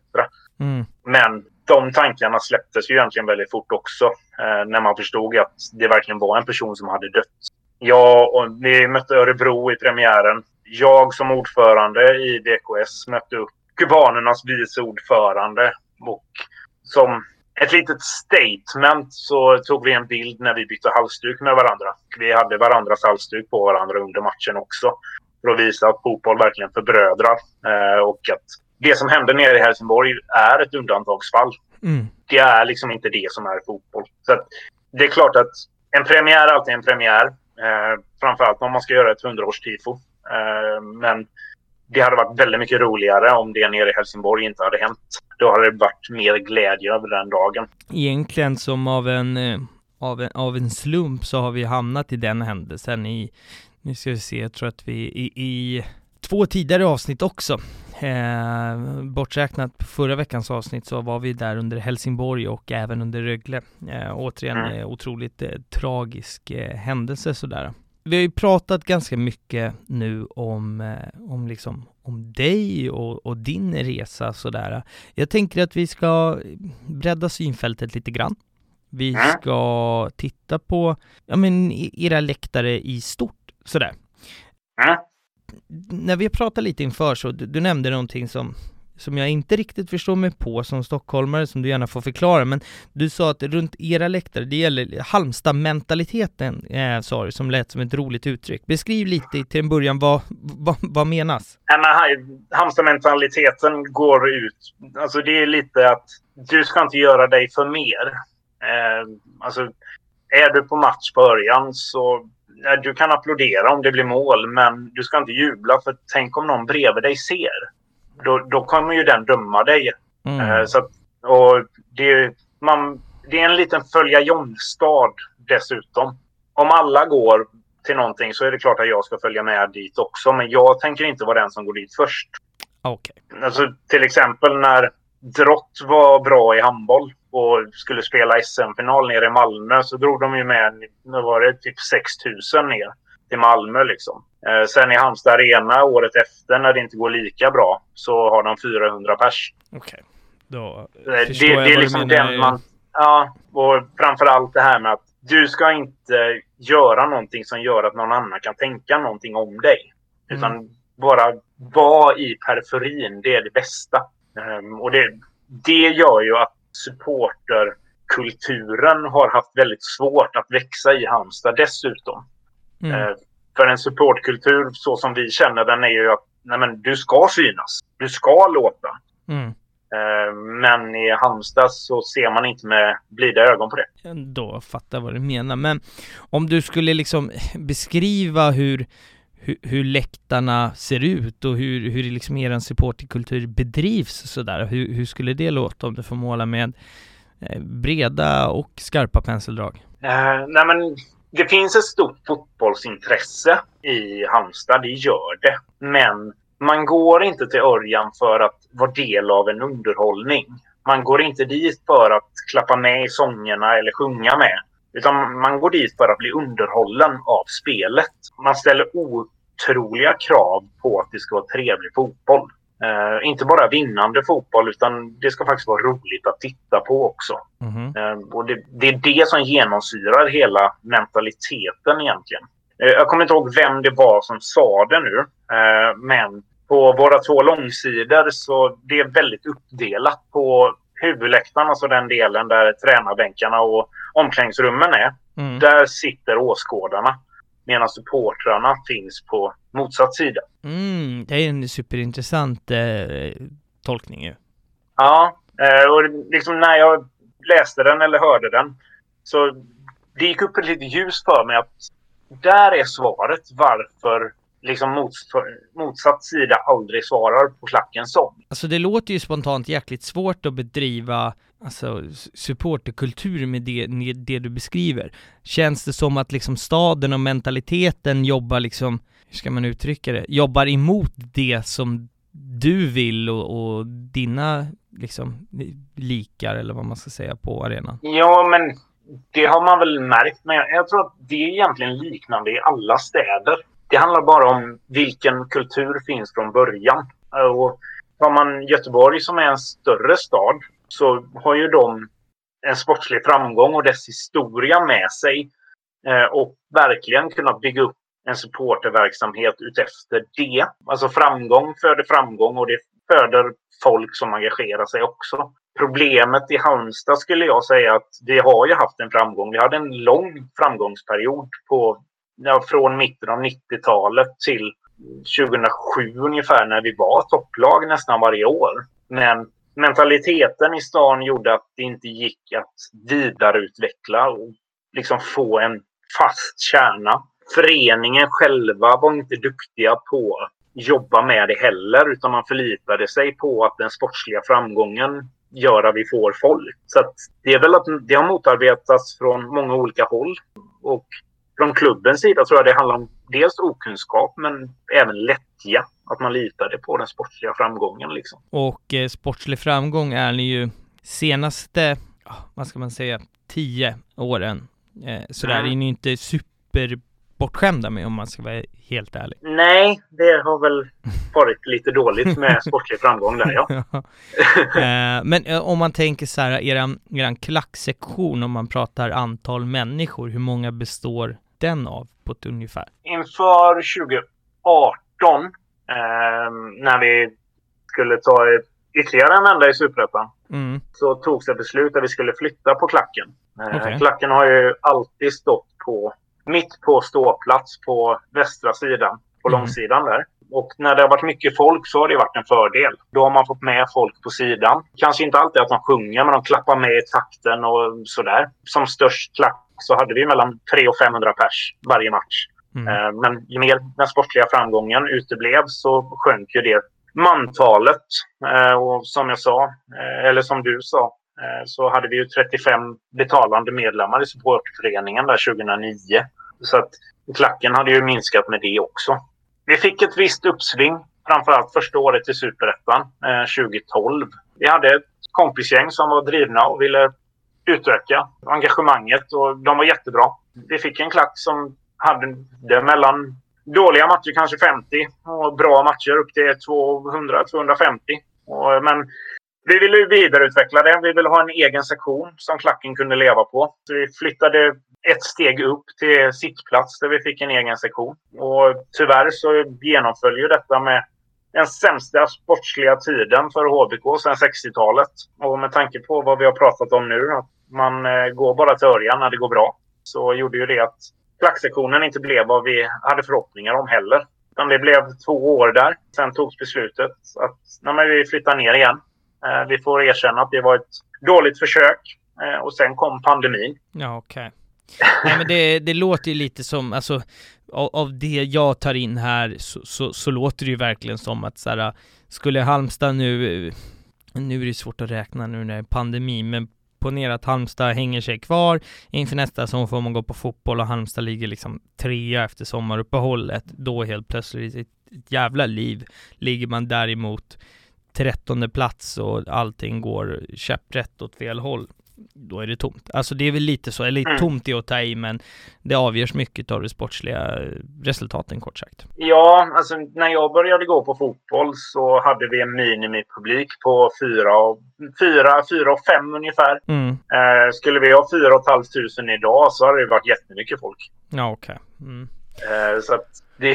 Men de tankarna släpptes ju egentligen väldigt fort också, när man förstod att det verkligen var en person som hade dött. Ja, och vi mötte Örebro i premiären. Jag som ordförande i DKS mötte upp kubanernas vice ordförande, och som ett litet statement så tog vi en bild när vi bytte halsduk med varandra. Vi hade varandras halsduk på varandra under matchen också, för att visa att fotboll verkligen förbrödrar, och att det som hände nere i Helsingborg är ett undantagsfall. Det är liksom inte det som är fotboll. Så att det är klart att en premiär är alltid en premiär, framförallt om man ska göra ett 100-årstifo. Men det hade varit väldigt mycket roligare om det nere i Helsingborg inte hade hänt. Då hade det varit mer glädje över den dagen. Egentligen som av en slump så har vi hamnat i den händelsen nu ska vi se, jag tror att vi i 2 tidigare avsnitt också. Borträknat på förra veckans avsnitt så var vi där under Helsingborg och även under Rögle. Återigen otroligt tragisk händelse sådär. Vi har ju pratat ganska mycket nu om dig och din resa sådär. Jag tänker att vi ska bredda synfältet lite grann. Vi ska titta på era läktare i stort sådär. När vi pratar lite inför så du nämnde någonting som jag inte riktigt förstår mig på som stockholmare, som du gärna får förklara, men du sa att runt era läktare, det gäller Halmstad-mentaliteten, som lät som ett roligt uttryck. Beskriv lite till en början, vad menas? Halmstad-mentaliteten går ut, alltså det är lite att du ska inte göra dig för mer. Alltså är du på match på början så du kan applådera om det blir mål, men du ska inte jubla, för tänk om någon bredvid dig ser. Då kommer ju den döma dig. Så att, och det är en liten följa-John-stad dessutom. Om alla går till någonting så är det klart att jag ska följa med dit också. Men jag tänker inte vara den som går dit först. Okay. Alltså, till exempel när Drott var bra i handboll och skulle spela SM-final nere i Malmö, så drog de ju med, nu var det typ 6 000 ner till Malmö liksom. Sen i Halmstad Arena året efter, när det inte går lika bra, så har de 400 pers. Okej. Då det är liksom den man... Ja, och framförallt det här med att du ska inte göra någonting som gör att någon annan kan tänka någonting om dig. Utan bara vara i periferin, det är det bästa. Och det gör ju att supporterkulturen har haft väldigt svårt att växa i Halmstad dessutom. För en supportkultur så som vi känner den är ju att du ska synas, du ska låta. Men i Halmstad så ser man inte med blida ögon på det. Då fattar vad du menar. Men om du skulle liksom beskriva hur läktarna ser ut och hur liksom er supporterkultur bedrivs sådär, hur skulle det låta om du får måla med breda och skarpa penseldrag? Det finns ett stort fotbollsintresse i Halmstad, det gör det. Men man går inte till Örjan för att vara del av en underhållning. Man går inte dit för att klappa med i sångerna eller sjunga med. Utan man går dit för att bli underhållen av spelet. Man ställer otroliga krav på att det ska vara trevlig fotboll. Inte bara vinnande fotboll, utan det ska faktiskt vara roligt att titta på också. Och det är det som genomsyrar hela mentaliteten egentligen. Jag kommer inte ihåg vem det var som sa det nu, men på våra 2 långsidor så det är väldigt uppdelat. På huvudläktaren, alltså den delen där tränarbänkarna och omklädningsrummen är, där sitter åskådarna. Medan supportrarna finns på motsatt sida. Det är en superintressant tolkning ju. Ja, och liksom när jag läste den eller hörde den så det gick upp ett litet ljus för mig att där är svaret varför liksom motsatt sida aldrig svarar på klackens sång. Alltså det låter ju spontant jäkligt svårt att bedriva supporterkultur med det du beskriver. Känns det som att liksom staden och mentaliteten jobbar liksom, hur ska man uttrycka det, jobbar emot det som du vill och dina liksom likar eller vad man ska säga på arenan? Ja, men det har man väl märkt, men jag tror att det är egentligen liknande i alla städer. Det handlar bara om vilken kultur finns från början. Och har man Göteborg som är en större stad så har ju de en sportslig framgång och dess historia med sig. Och verkligen kunna bygga upp en supporterverksamhet utefter det. Alltså framgång föder framgång och det föder folk som engagerar sig också. Problemet i Halmstad skulle jag säga att vi har ju haft en framgång. Vi hade en lång framgångsperiod från mitten av 90-talet till 2007 ungefär när vi var topplag nästan varje år. Men mentaliteten i stan gjorde att det inte gick att vidareutveckla och liksom få en fast kärna. Föreningen själva var inte duktiga på att jobba med det heller, utan man förlitade sig på att den sportsliga framgången gör att vi får folk. Så att det är väl att det har motarbetats från många olika håll. Och från klubbens sida tror jag det handlar om dels okunskap men även lättja. Att man litade på den sportsliga framgången liksom. Och sportslig framgång är ni ju senaste, vad ska man säga, 10 åren. Så där är ni inte superbortskämda med, om man ska vara helt ärlig. Nej, det har väl varit lite dåligt med sportslig framgång där, ja. Men om man tänker så här, eran klacksektion, om man pratar antal människor, hur många består den av på ett ungefär? Inför 2018, när vi skulle ta ytterligare en vända i Superettan, så togs det beslut att vi skulle flytta på klacken. Okay. Klacken har ju alltid stått mitt på ståplats på västra sidan, på långsidan där. Och när det har varit mycket folk så har det varit en fördel. Då har man fått med folk på sidan. Kanske inte alltid att de sjunger, men de klappar med i takten och sådär. Som störst klack så hade vi mellan 300 och 500 pers varje match. Men ju mer den sportsliga framgången uteblev så sjönk ju det mantalet. Och som jag sa, eller som du sa, så hade vi ju 35 betalande medlemmar i supportföreningen där 2009. Så att klacken hade ju minskat med det också. Vi fick ett visst uppsving, framförallt första året i Superettan 2012. Vi hade ett kompisgäng som var drivna och ville utöka engagemanget och de var jättebra. Vi fick en klack som hade det mellan dåliga matcher kanske 50 och bra matcher upp till 200-250. Men vi ville vidareutveckla det. Vi ville ha en egen sektion som klacken kunde leva på. Så vi flyttade ett steg upp till sittplats där vi fick en egen sektion. Och tyvärr så genomföll ju detta med den sämsta sportsliga tiden för HBK sedan 60-talet. Och med tanke på vad vi har pratat om nu, att man går bara till örjan när det går bra, så gjorde ju det att klacksektionen inte blev vad vi hade förhoppningar om heller. Utan det blev 2 år där. Sen togs beslutet att när vi flyttar ner igen. Vi får erkänna att det var ett dåligt försök. Och sen kom pandemin. Ja, okej. Nej, men det låter ju lite som, alltså, av det jag tar in här så låter det ju verkligen som att så här, skulle Halmstad nu är det svårt att räkna nu när det är pandemi, men ponera att Halmstad hänger sig kvar inför nästa säsong, får man gå på fotboll och Halmstad ligger liksom 3 efter sommaruppehållet, då helt plötsligt ett jävla liv. Ligger man däremot 13:e plats och allting går käpprätt åt fel håll, då är det tomt. Alltså det är väl lite så, eller tomt är att ta i, men det avgörs mycket av det sportsliga resultaten, kort sagt. Ja, alltså när jag började gå på fotboll så hade vi en minimipublik på 4 och 5 ungefär. Skulle vi ha 4 500 idag så hade det varit jättemycket folk. Ja, okej. Så att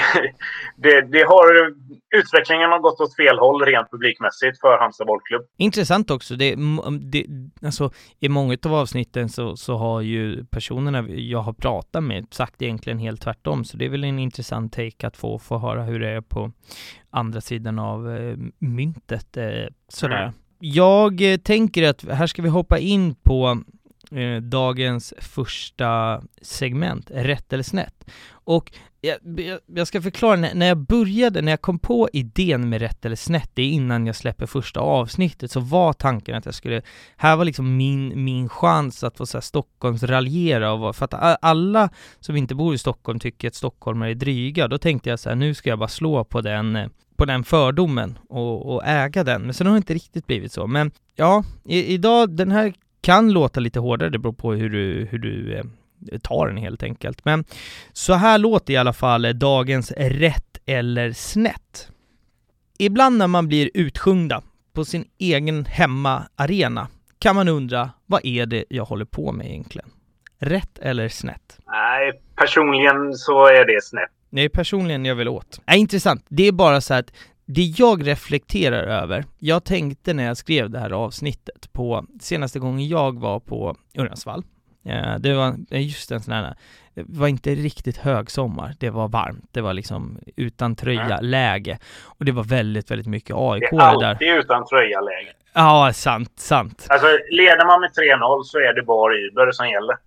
det har, utvecklingen har gått åt fel håll rent publikmässigt för Halmstad bollklubb. Intressant också. Alltså, i många av avsnitten så har ju personerna jag har pratat med sagt egentligen helt tvärtom. Så det är väl en intressant take att få höra hur det är på andra sidan av myntet. Sådär. Jag tänker att här ska vi hoppa in på dagens första segment, rätt eller snett. Och jag ska förklara, när jag kom på idén med rätt eller snett, det är innan jag släpper första avsnittet, så var tanken att jag skulle, här var liksom min chans att få så här Stockholms raljera, för att alla som inte bor i Stockholm tycker att stockholmare är dryga. Då tänkte jag så här, nu ska jag bara slå på den fördomen och äga den. Men sen har det inte riktigt blivit så. Men ja, idag, den här kan låta lite hårdare, det beror på hur du tar den helt enkelt. Men så här låter i alla fall dagens rätt eller snett. Ibland när man blir utsjungda på sin egen hemmaarena kan man undra, vad är det jag håller på med egentligen? Rätt eller snett? Nej, personligen så är det snett. Nej, personligen jag vill åt. Intressant. Det är bara så att det jag reflekterar över, jag tänkte när jag skrev det här avsnittet på senaste gången jag var på Örjansvall. Det var just en sån här, det var inte riktigt hög sommar, det var varmt, det var liksom utan tröja läge, och det var väldigt, väldigt mycket AIK där. Det är alltid utan tröja läge. Ja, sant. Alltså leder man med 3-0 så är det bara Iber som gäller.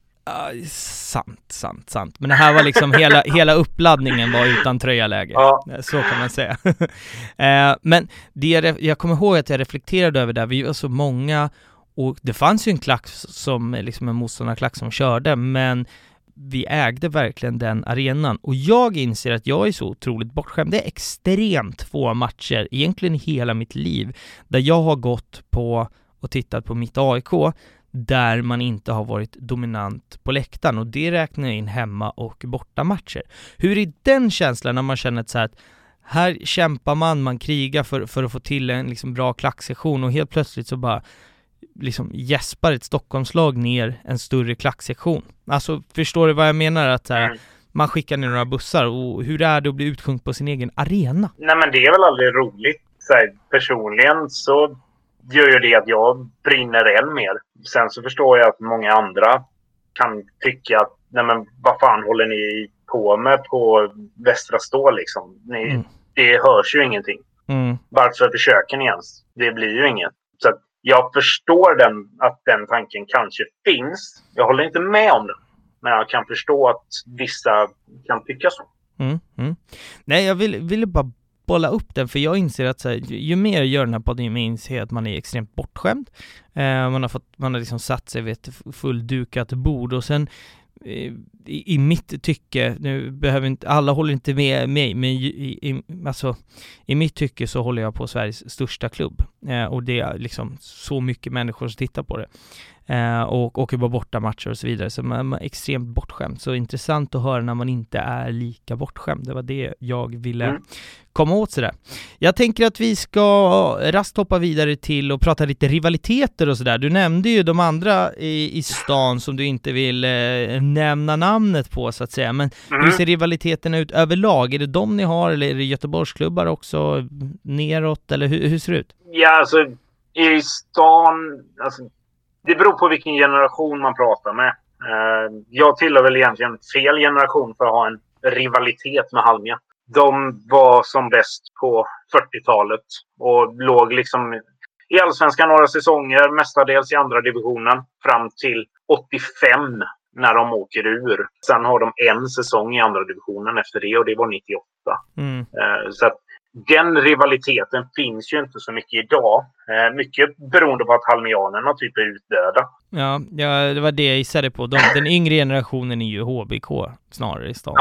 Sant. Men det här var liksom hela uppladdningen var utan tröjaläge. Ja. Så kan man säga. Men jag kommer ihåg att jag reflekterade över det. Vi var så många, och det fanns ju en klack som liksom en motståndarklack som körde, men vi ägde verkligen den arenan. Och jag inser att jag är så otroligt bortskämd. Det är extremt få matcher, egentligen hela mitt liv, där jag har gått på och tittat på mitt AIK där man inte har varit dominant på läktaren, och det räknar jag in hemma- och bortamatcher. Hur är den känslan när man känner så att här kämpar man krigar för att få till en liksom bra klacksektion, och helt plötsligt så bara liksom gäspar ett Stockholmslag ner en större klacksektion. Alltså, förstår du vad jag menar? Att så här, man skickar ner några bussar, och hur är det att bli utsjunkt på sin egen arena? Nej, men det är väl aldrig roligt. Så här, personligen så gör ju det att jag brinner än mer. Sen så förstår jag att många andra kan tycka att nej, men vad fan håller ni på med på Västra Stå liksom? Det hörs ju ingenting. Varför försöker ni ens? Det blir ju inget. Så att jag förstår att den tanken kanske finns. Jag håller inte med om den. Men jag kan förstå att vissa kan tycka så. Nej, jag ville bara bolla upp den, för jag inser att så här, ju mer jag gör den här podden, jag inser att man är extremt bortskämd. Man har liksom satt sig vid ett fulldukat bord, och sen i mitt tycke, nu behöver inte alla håller inte med mig, men i mitt tycke så håller jag på Sveriges största klubb, och det är liksom så mycket människor som tittar på det, och åker på borta matcher och så vidare, så man är extremt bortskämd. Så intressant att höra när man inte är lika bortskämd. Det var det jag ville komma åt sådär. Jag tänker att vi ska rast hoppa vidare till och prata lite rivaliteter och sådär. Du nämnde ju de andra i stan som du inte vill nämna namnet på, så att säga. Men hur ser rivaliteterna ut överlag? Är det de ni har, eller är det Göteborgsklubbar också neråt, eller hur ser det ut? Ja, alltså i stan, alltså det beror på vilken generation man pratar med. Jag tillhör väl egentligen fel generation för att ha en rivalitet med Halmia. De var som bäst på 40-talet och låg liksom i Allsvenskan några säsonger, mestadels i andra divisionen, fram till 85 när de åker ur. Sen har de en säsong i andra divisionen efter det, och det var 98. Så att den rivaliteten finns ju inte så mycket idag. Mycket beroende på att halmianerna typ är utdöda. Ja, det var det jag gissade på. Den yngre generationen är ju HBK snarare i stan.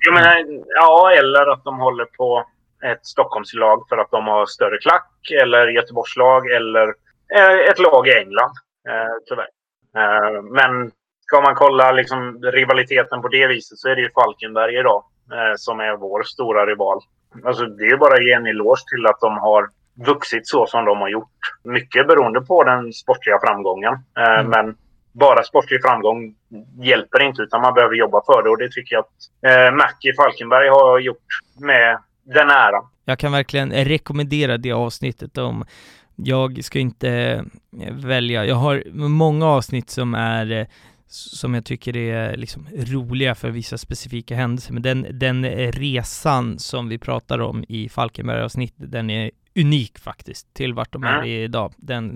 Ja, eller att de håller på ett Stockholmslag för att de har större klack, eller Göteborgslag, eller ett lag i England, tyvärr. Men ska man kolla liksom rivaliteten på det viset så är det ju Falkenberg idag som är vår stora rival. Alltså det är ju bara att ge en eloge till att de har vuxit så som de har gjort. Mycket beroende på den sportliga framgången. Men bara sportlig framgång hjälper inte, utan man behöver jobba för det. Och det tycker jag att Mackie Falkenberg har gjort med den äran. Jag kan verkligen rekommendera det avsnittet. Jag ska inte välja. Jag har många avsnitt som jag tycker är liksom roliga för vissa specifika händelser. Men den resan som vi pratar om i Falkenberg-avsnittet, den är unik faktiskt till vart de är idag.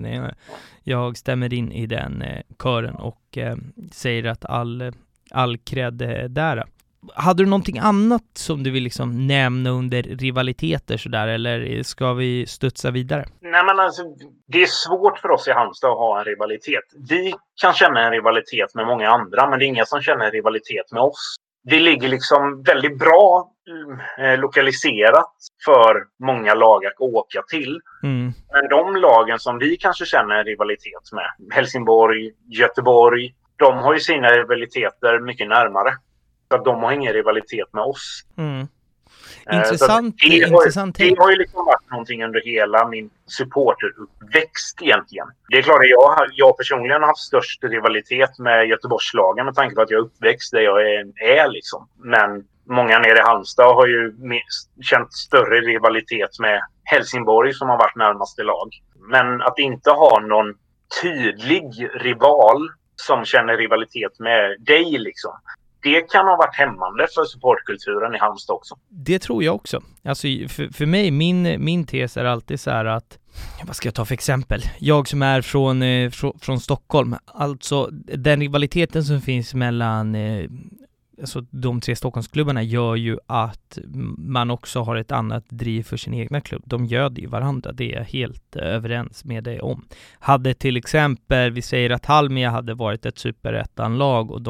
Jag stämmer in i den kören och säger att all cred där. Hade du någonting annat som du vill liksom nämna under rivaliteter sådär, eller ska vi studsa vidare? Nej, men alltså, det är svårt för oss i Halmstad att ha en rivalitet. Vi kan känna en rivalitet med många andra, men det är inga som känner en rivalitet med oss. Det ligger liksom väldigt bra lokaliserat för många lag att åka till. Men de lagen som vi kanske känner en rivalitet med, Helsingborg, Göteborg, de har ju sina rivaliteter mycket närmare. Så att de har ingen rivalitet med oss. Intressant. Det har ju liksom varit någonting under hela min supporteruppväxt egentligen. Det är klart att jag personligen har haft störst rivalitet med Göteborgslagen med tanke på att jag är uppväxt där jag är liksom. Men många nere i Halmstad har ju känt större rivalitet med Helsingborg som har varit närmaste lag. Men att inte ha någon tydlig rival som känner rivalitet med dig liksom. Det kan ha varit hämmande för supportkulturen i Halmstad också. Det tror jag också. Alltså för mig, min tes är alltid så här att, vad ska jag ta för exempel? Jag som är från Stockholm, alltså den rivaliteten som finns mellan alltså de 3 Stockholmsklubbarna gör ju att man också har ett annat driv för sin egna klubb. De göder ju varandra, det är jag helt överens med dig om. Hade till exempel, vi säger att Halmia hade varit ett superettanlag och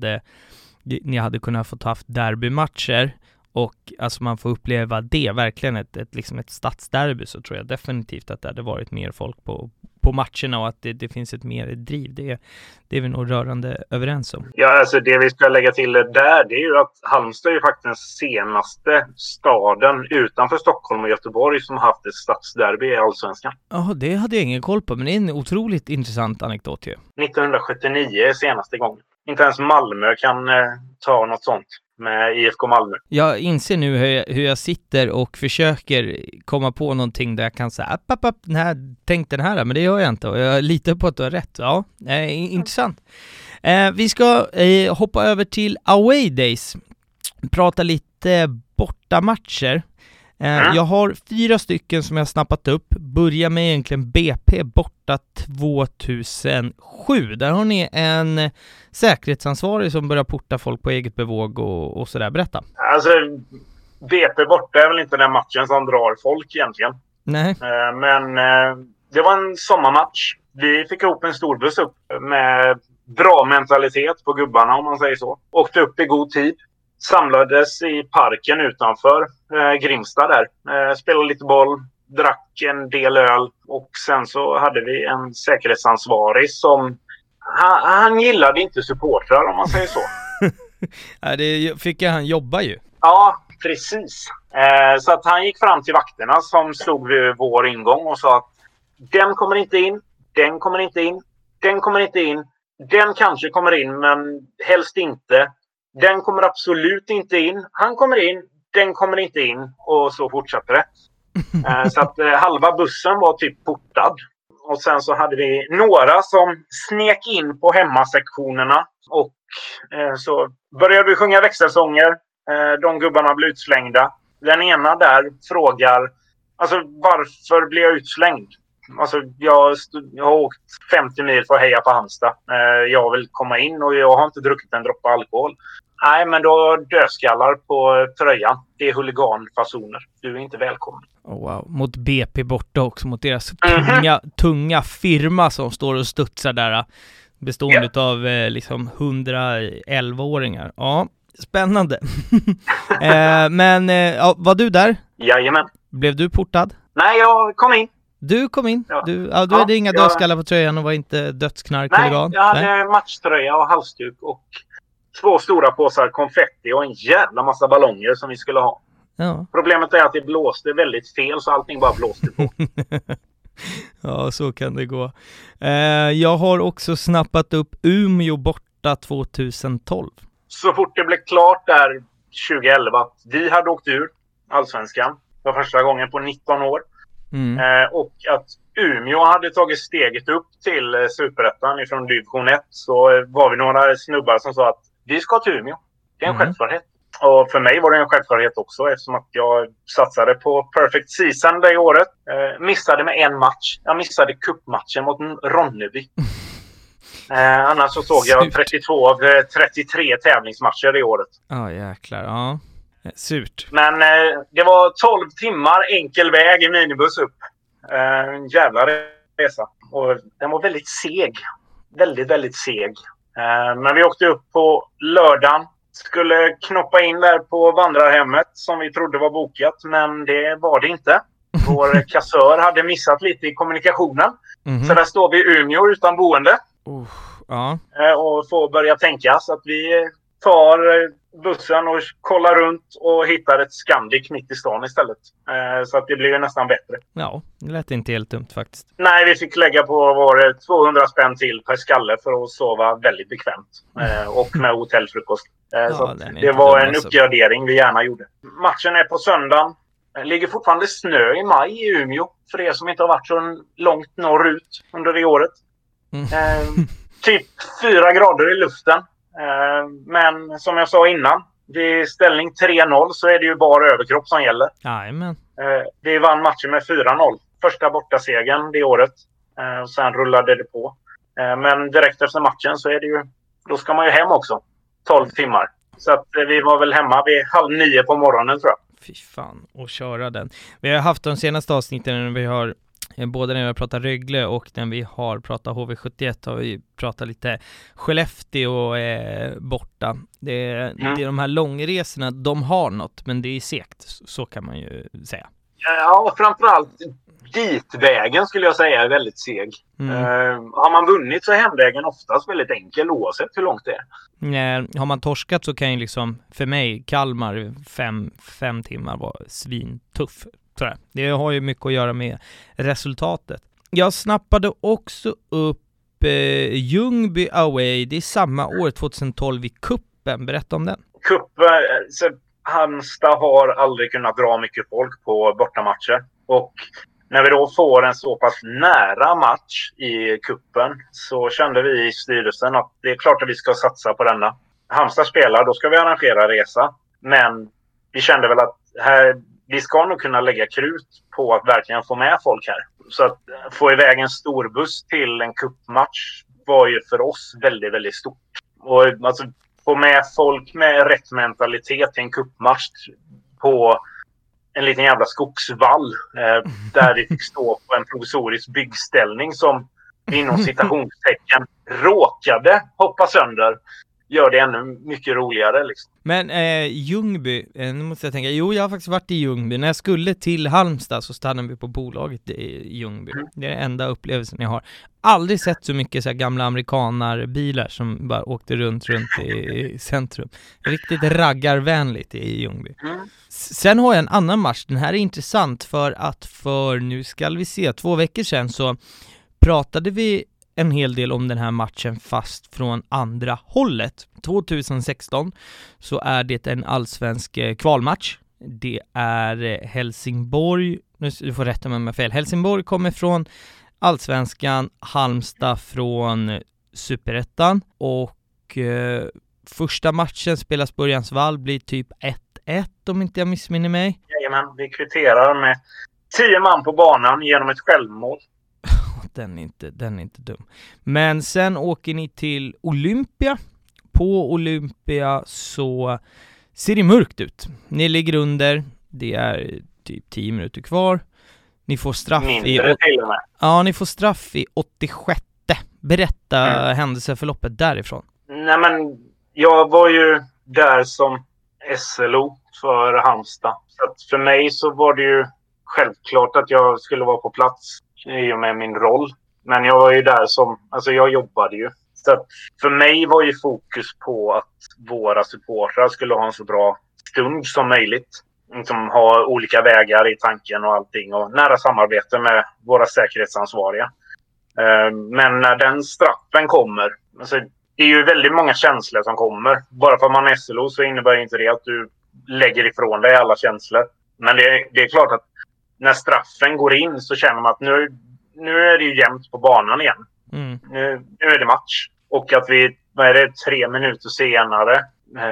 ni hade kunnat få haft derbymatcher och alltså man får uppleva det, verkligen ett stadsderby, så tror jag definitivt att det hade varit mer folk på matcherna och att det finns ett mer driv. Det är vi nog rörande överens om. Ja, alltså det vi ska lägga till där, det är ju att Halmstad är ju faktiskt den senaste staden utanför Stockholm och Göteborg som har haft ett stadsderby i Allsvenskan. Ja, det hade jag ingen koll på, men det är en otroligt intressant anekdot ju. 1979 är senaste gången. Inte ens Malmö kan ta något sånt med IFK Malmö. Jag inser nu hur jag sitter och försöker komma på någonting där jag kan säga tänk den här, men det gör jag inte och jag litar på att du har rätt. Ja, intressant. Vi ska hoppa över till Away Days. Prata lite bortamatcher. Jag har 4 stycken som jag snappat upp. Börja med egentligen BP borta 2007. Där har ni en säkerhetsansvarig som börjar porta folk på eget bevåg och sådär. Berätta. Alltså, BP borta är väl inte den matchen som drar folk egentligen. Nej. Men det var en sommarmatch. Vi fick ihop en stor buss upp med bra mentalitet på gubbarna, om man säger så. Åkte upp i god tid. Samlades i parken utanför Grimsta där. Spelade lite boll, drack en del öl och sen så hade vi en säkerhetsansvarig som han gillade inte supportrar, om man säger så. Ja, det fick han jobba ju. Ja, precis. Så att han gick fram till vakterna som stod vid vår ingång och sa att den kommer inte in, den kommer inte in, den kommer inte in, den kanske kommer in men helst inte. Den kommer absolut inte in. Han kommer in. Den kommer inte in. Och så fortsatte det. Så att halva bussen var typ portad. Och sen så hade vi några som snek in på hemmasektionerna. Och så började vi sjunga växelsånger. De gubbarna blev utslängda. Den ena där frågar, alltså varför blev jag utslängd? Alltså jag har åkt 50 mil för att heja på Halmstad. Jag vill komma in och jag har inte druckit en droppe alkohol. Nej, men då dödskallar på tröjan. Det är huliganfasoner. Du är inte välkommen. Oh, wow. Mot BP borta också. Mot deras tunga firma som står och studsar där. Bestående av liksom 111-åringar. Ja, spännande. Men var du där? Jajamän. Blev du portad? Nej, jag kom in. Du kom in. Ja. Du hade inga dödskallar på tröjan och var inte dödsknarkhuligan. Nej, jag hade matchtröja och halsduk och 2 stora påsar konfetti och en jävla massa ballonger som vi skulle ha. Ja. Problemet är att det blåste väldigt fel så allting bara blåste på. Ja, så kan det gå. Jag har också snappat upp Umeå borta 2012. Så fort det blev klart där 2011 att vi hade åkt ur Allsvenskan för första gången på 19 år. Och att Umeå hade tagit steget upp till Superettan ifrån division 1, så var vi några snubbar som sa att vi ska till Umeå. Det är en självklarhet. Och för mig var det en självklarhet också eftersom att jag satsade på Perfect Season det året. Missade med en match. Jag missade cupmatchen mot Ronneby. Annars så såg jag 32 av 33 tävlingsmatcher i året. Ja, jäklar. Ja. Surt. Men det var 12 timmar enkel väg i minibuss upp. En jävla resa. Och den var väldigt seg. Väldigt, väldigt seg. Men vi åkte upp på lördagen. Skulle knoppa in där på vandrarhemmet som vi trodde var bokat. Men det var det inte. Vår kassör hade missat lite i kommunikationen. Så där står vi i Umeå utan boende. Och får börja tänka så att vi tar bussen och kollar runt och hittar ett Scandic mitt i stan istället. Så att det blev nästan bättre. Ja, det lät inte helt dumt faktiskt. Nej, vi fick lägga på 200 spänn till per skalle för att sova väldigt bekvämt. Och med hotellfrukost. Så det var en uppgradering vi gärna gjorde. Matchen är på söndagen. Det ligger fortfarande snö i maj i Umeå. För er som inte har varit så långt norrut under det året. Typ 4 grader i luften. Men som jag sa innan, vid ställning 3-0 så är det ju bara överkropp som gäller. Jajamän. Vi vann matchen med 4-0. Första bortasegern det året. Och sen rullade det på. Men direkt efter matchen så är det ju, då ska man ju hem också. 12 timmar. Så att vi var väl hemma vid 8:30 på morgonen tror jag. Fy fan, och köra den. Vi har haft de senaste avsnitten när vi har både när vi har pratat Rögle och när vi har pratat HV71 har vi pratat lite Skellefteå borta. Det är de här långresorna, de har något, men det är segt, så kan man ju säga. Ja, framförallt ditvägen skulle jag säga är väldigt seg. Har man vunnit så är hemvägen oftast väldigt enkel oavsett hur långt det är. Har man torskat så kan ju liksom, för mig, Kalmar 5 timmar vara svintuff. Det har ju mycket att göra med resultatet. Jag snappade också upp Ljungby away. Det är samma år, 2012 i kuppen. Berätta om den. Kuppen, Halmstad har aldrig kunnat dra mycket folk på bortamatcher. Och när vi då får en så pass nära match i kuppen så kände vi i styrelsen att det är klart att vi ska satsa på denna. Halmstad spelar, då ska vi arrangera resa. Men vi kände väl att vi ska nog kunna lägga krut på att verkligen få med folk här. Så att få iväg en stor buss till en cupmatch var ju för oss väldigt, väldigt stort. Och alltså få med folk med rätt mentalitet till en cupmatch på en liten jävla skogsvall där det fick stå på en provisorisk byggställning som inom citationstecken råkade hoppa sönder. Gör det ännu mycket roligare liksom. Men Ljungby, nu måste jag tänka, jag har faktiskt varit i Ljungby. När jag skulle till Halmstad så stannade vi på bolaget i Ljungby. Det är den enda upplevelsen jag har. Aldrig sett så mycket så här gamla amerikanarbilar som bara åkte runt i centrum. Riktigt raggarvänligt i Ljungby. Sen har jag en annan match. Den här är intressant för nu ska vi se, 2 veckor sedan så pratade vi en hel del om den här matchen fast från andra hållet. 2016 så är det en allsvensk kvalmatch. Det är Helsingborg, du får rätta mig om jag har fel. Helsingborg kommer från allsvenskan, Halmstad från Superettan och första matchen spelas på Örjans vall, blir typ 1-1 om inte jag missminner mig. Jajamän, vi kvitterar med 10 man på banan genom ett självmål. Den är inte dum. Men sen åker ni till Olympia. På Olympia så ser det mörkt ut. Ni ligger under. Det är typ 10 minuter kvar. Ni får straff ni får straff i 86. Berätta händelseförloppet därifrån. Nej men jag var ju där som SLO för Halmstad. Så att för mig så var det ju självklart att jag skulle vara på plats. i och med min roll. Men jag var ju där alltså jag jobbade ju. Så att för mig var ju fokus på att våra supportrar skulle ha en så bra stund som möjligt. Liksom ha olika vägar i tanken och allting. Och nära samarbete med våra säkerhetsansvariga. Men när den straffen kommer. Alltså, det är ju väldigt många känslor som kommer. Bara för att man är SLO så innebär inte det att du lägger ifrån dig alla känslor. Men det är klart att när straffen går in så känner man att nu är det ju jämnt på banan igen. Nu är det match. Och att vi, 3 minuter senare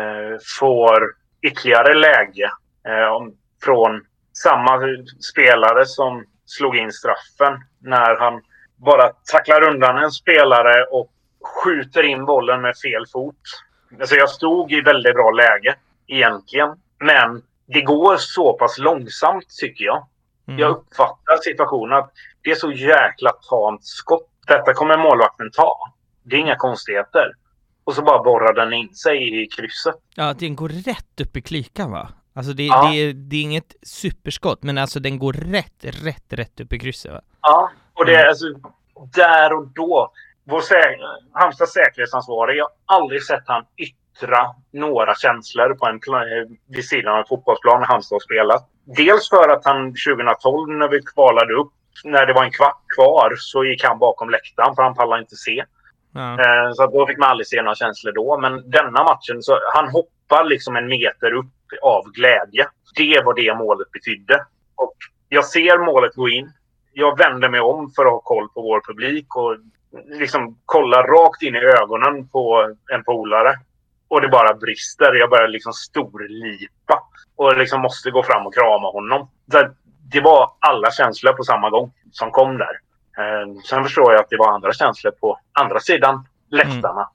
får ytterligare läge från samma spelare som slog in straffen. När han bara tacklar undan en spelare och skjuter in bollen med fel fot. Alltså jag stod i väldigt bra läge egentligen. Men det går så pass långsamt tycker jag. Jag uppfattar situationen att det är så jäkla tamt skott. Detta kommer målvakten ta. Det är inga konstigheter. Och så bara borrar den in sig i krysset. Ja, den går rätt upp i klykan va? Alltså det är inget superskott, men alltså den går rätt upp i krysset va? Ja, och det är alltså där och då. Halmstads säkerhetsansvarig, jag har aldrig sett han yttra några känslor på vid sidan av en fotbollsplan när Halmstad spelat. Dels för att han 2012 när vi kvalade upp, när det var en kvart kvar så gick han bakom läktaren för han pallade inte se. Så då fick man aldrig se några känslor då. Men denna matchen, så han hoppar liksom en meter upp av glädje. Det var det målet betydde. Och jag ser målet gå in. Jag vänder mig om för att ha koll på vår publik och liksom kolla rakt in i ögonen på en polare. Och det bara brister. Jag börjar liksom storlipa. Och liksom måste gå fram och krama honom. Det var alla känslor på samma gång som kom där. Sen förstår jag att det var andra känslor på andra sidan läktarna.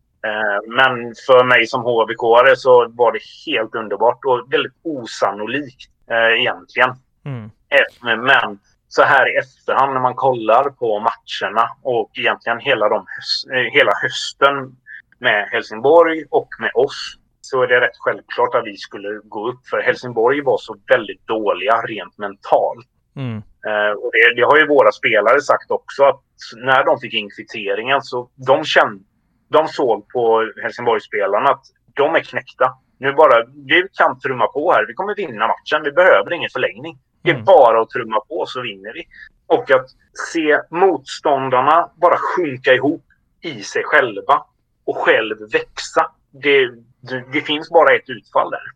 Men för mig som HBK-are så var det helt underbart och väldigt osannolikt egentligen. Men så här i efterhand när man kollar på matcherna och egentligen hela hösten med Helsingborg och med oss, så är det rätt självklart att vi skulle gå upp. För Helsingborg var så väldigt dåliga rent mentalt. Och det har ju våra spelare sagt också, att när de fick in kvitteringen så de såg på Helsingborgsspelarna att de är knäckta. Nu bara, vi kan trumma på här. Vi kommer vinna matchen. Vi behöver ingen förlängning. Det är bara att trumma på så vinner vi. Och att se motståndarna bara sjunka ihop i sig själva och själv växa. Det finns bara ett utfall där.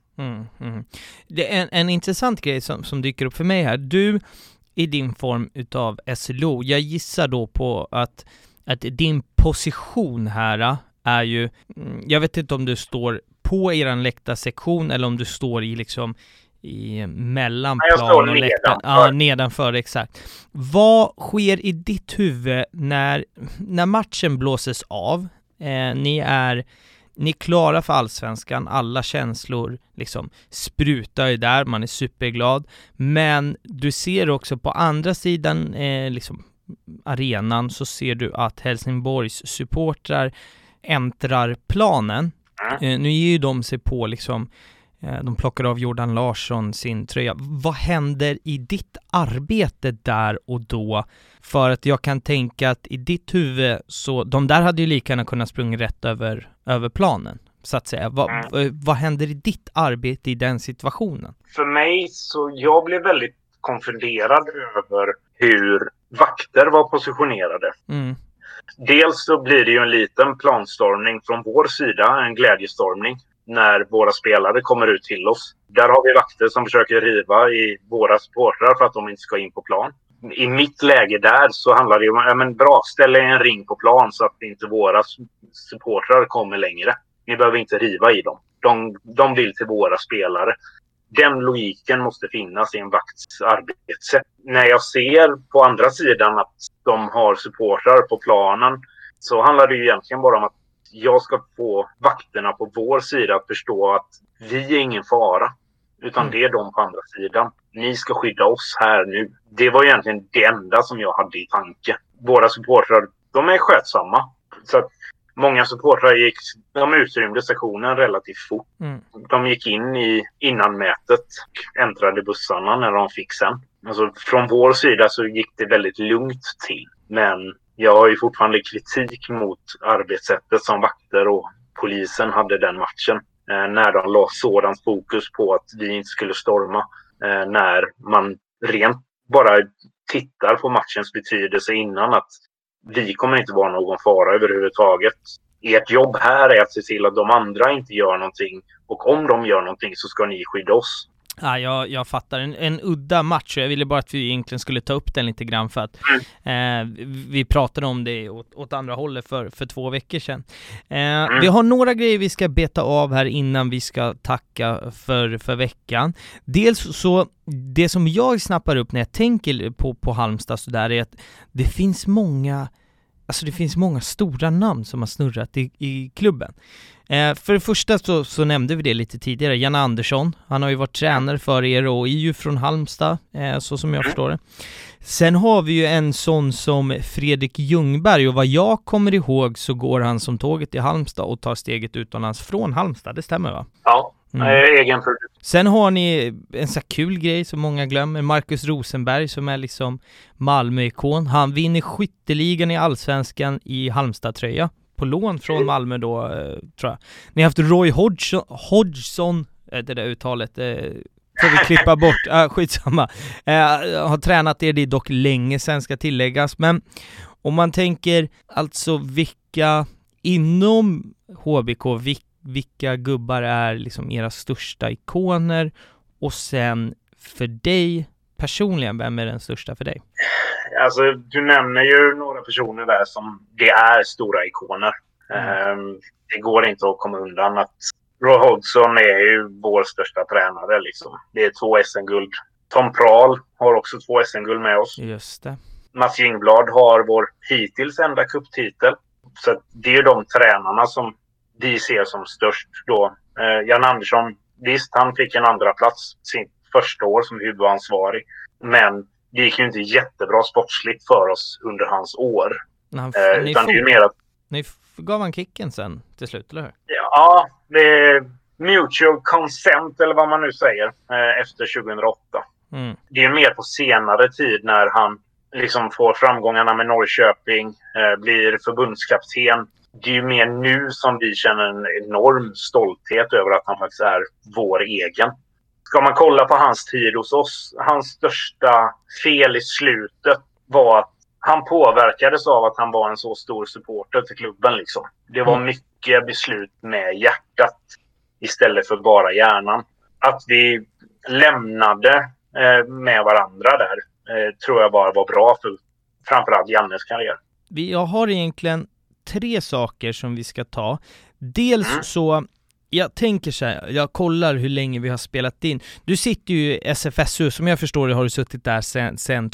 Det är en intressant grej som dyker upp för mig här. Du i din form utav SLO, jag gissar då på att din position här är ju, jag vet inte om du står på eran läktarsektion eller om du står i liksom i mellanplan och läktaren. Ja, nedanför, exakt. Vad sker i ditt huvud när matchen blåses av? Ni är klara för allsvenskan, alla känslor liksom sprutar ju där, man är superglad, men du ser också på andra sidan liksom arenan så ser du att Helsingborgs supportrar äntrar planen. Nu ger ju de sig på liksom, de plockar av Jordan Larsson sin tröja. Vad händer i ditt arbete där och då? För att jag kan tänka att i ditt huvud så, de där hade ju lika gärna kunnat sprunga rätt över planen, så att säga. Vad händer i ditt arbete i den situationen? För mig så, jag blev väldigt konfunderad över hur vakter var positionerade. Dels så blir det ju en liten planstormning från vår sida, en glädjestormning, när våra spelare kommer ut till oss. Där har vi vakter som försöker riva i våra supportrar för att de inte ska in på plan. I mitt läge där så handlar det om bra, ställa en ring på plan så att inte våra supportrar kommer längre. Ni behöver inte riva i dem. De vill till våra spelare. Den logiken måste finnas i en vakts arbetssätt. När jag ser på andra sidan att de har supportrar på planen så handlar det ju egentligen bara om att jag ska få vakterna på vår sida att förstå att vi är ingen fara. Utan det är de på andra sidan. Ni ska skydda oss här nu. Det var egentligen det enda som jag hade i tanke. Våra supportrar, de är skötsamma. Så att många supportrar de utrymde sektionen relativt fort. De gick in innan mätet, äntrade bussarna när de fick sen. Alltså från vår sida så gick det väldigt lugnt till. Men jag har ju fortfarande kritik mot arbetssättet som vakter och polisen hade den matchen. När de la sådant fokus på att vi inte skulle storma. När man rent bara tittar på matchens betydelse innan att vi kommer inte vara någon fara överhuvudtaget. Ert jobb här är att se till att de andra inte gör någonting. Och om de gör någonting så ska ni skydda oss. Ja, jag fattar. En udda match. Jag ville bara att vi egentligen skulle ta upp den lite grann för att vi pratade om det åt andra hållet för 2 veckor sedan. Vi har några grejer vi ska beta av här innan vi ska tacka för veckan. Dels så, det som jag snappar upp när jag tänker på Halmstad så där är att det finns många stora namn som har snurrat i klubben. För det första så nämnde vi det lite tidigare. Janne Andersson, han har ju varit tränare för er och är ju från Halmstad, så som jag förstår det. Sen har vi ju en sån som Fredrik Ljungberg, och vad jag kommer ihåg så går han som tåget i Halmstad och tar steget utomlands från Halmstad, det stämmer va? Ja, egen produkt. Sen har ni en så kul grej som många glömmer, Marcus Rosenberg som är liksom Malmö-ikon. Han vinner skytteligan i Allsvenskan i Halmstad-tröja. På lån från Malmö då, tror jag. Ni har haft Roy Hodgson, det där uttalet, får vi klippa bort, skitsamma. Har tränat er, det är dock länge sedan ska tilläggas. Men om man tänker alltså vilka inom HBK, vilka gubbar är liksom era största ikoner, och sen för dig personligen, vem är den största för dig? Alltså, du nämner ju några personer där som det är stora ikoner. Det går inte att komma undan att Roy Hodgson är ju vår största tränare. Liksom. Det är 2 SM-guld. Tom Prahl har också 2 SM-guld med oss. Just det. Mats Jingblad har vår hittills enda cuptitel. Så det är ju de tränarna som vi ser som störst då. Jan Andersson, visst, han fick en andra plats sin första år som huvudansvarig. Men det gick ju inte jättebra sportsligt för oss under hans år. Utan det är ju mer att... Ni gav han kicken sen till slut, eller hur? Ja, det är mutual consent eller vad man nu säger efter 2008. Det är mer på senare tid när han liksom får framgångarna med Norrköping, blir förbundskapten. Det är ju mer nu som vi känner en enorm stolthet över att han faktiskt är vår egen. Ska man kolla på hans tid hos oss, hans största fel i slutet var att han påverkades av att han var en så stor supporter till klubben. Liksom. Det var mycket beslut med hjärtat istället för bara hjärnan. Att vi lämnade med varandra där tror jag bara var bra för framförallt Jannes karriär. Jag har egentligen 3 saker som vi ska ta. Dels så... Jag tänker så här, jag kollar hur länge vi har spelat in. Du sitter ju i SFSU, som jag förstår det har du suttit där sen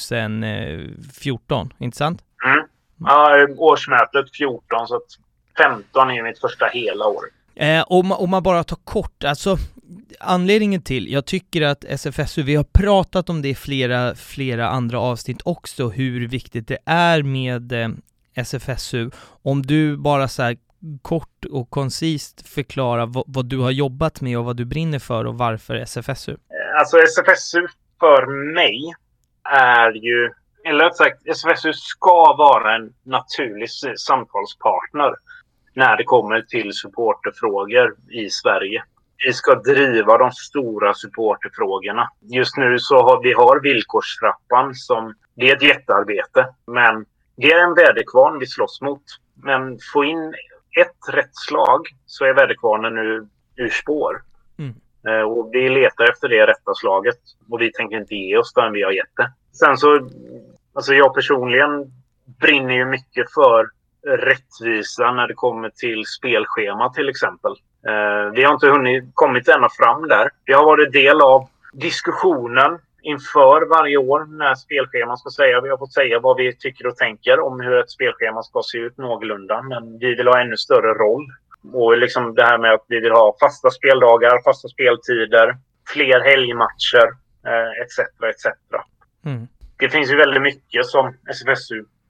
2014, inte sant? Ja, årsmötet 14, så att 15 är mitt första hela år. Om man bara tar kort, alltså anledningen till, jag tycker att SFSU, vi har pratat om det i flera andra avsnitt också, hur viktigt det är med SFSU. Om du bara så här kort och koncist förklara vad du har jobbat med och vad du brinner för och varför SFSU? Alltså SFSU för mig är ju, eller rätt sagt, SFSU ska vara en naturlig samtalspartner när det kommer till supporterfrågor i Sverige. Vi ska driva de stora supporterfrågorna. Just nu så har vi villkorstrappan som, det är ett jättearbete, men det är en väderkvarn vi slåss mot. Men få in ett rätt slag så är väderkvarnen nu ur spår. Och vi letar efter det rätta slaget. Och vi tänker inte ge oss förrän vi har gett det. Sen så, alltså jag personligen brinner ju mycket för rättvisa när det kommer till spelschema till exempel. Vi har inte kommit ända fram där. Vi har varit del av diskussionen inför varje år när spelscheman ska säga. Vi har fått säga vad vi tycker och tänker om hur ett spelschema ska se ut någorlunda. Men vi vill ha ännu större roll. Och liksom det här med att vi vill ha fasta speldagar, fasta speltider, fler helgmatcher, etc. etc. Det finns ju väldigt mycket som SFSU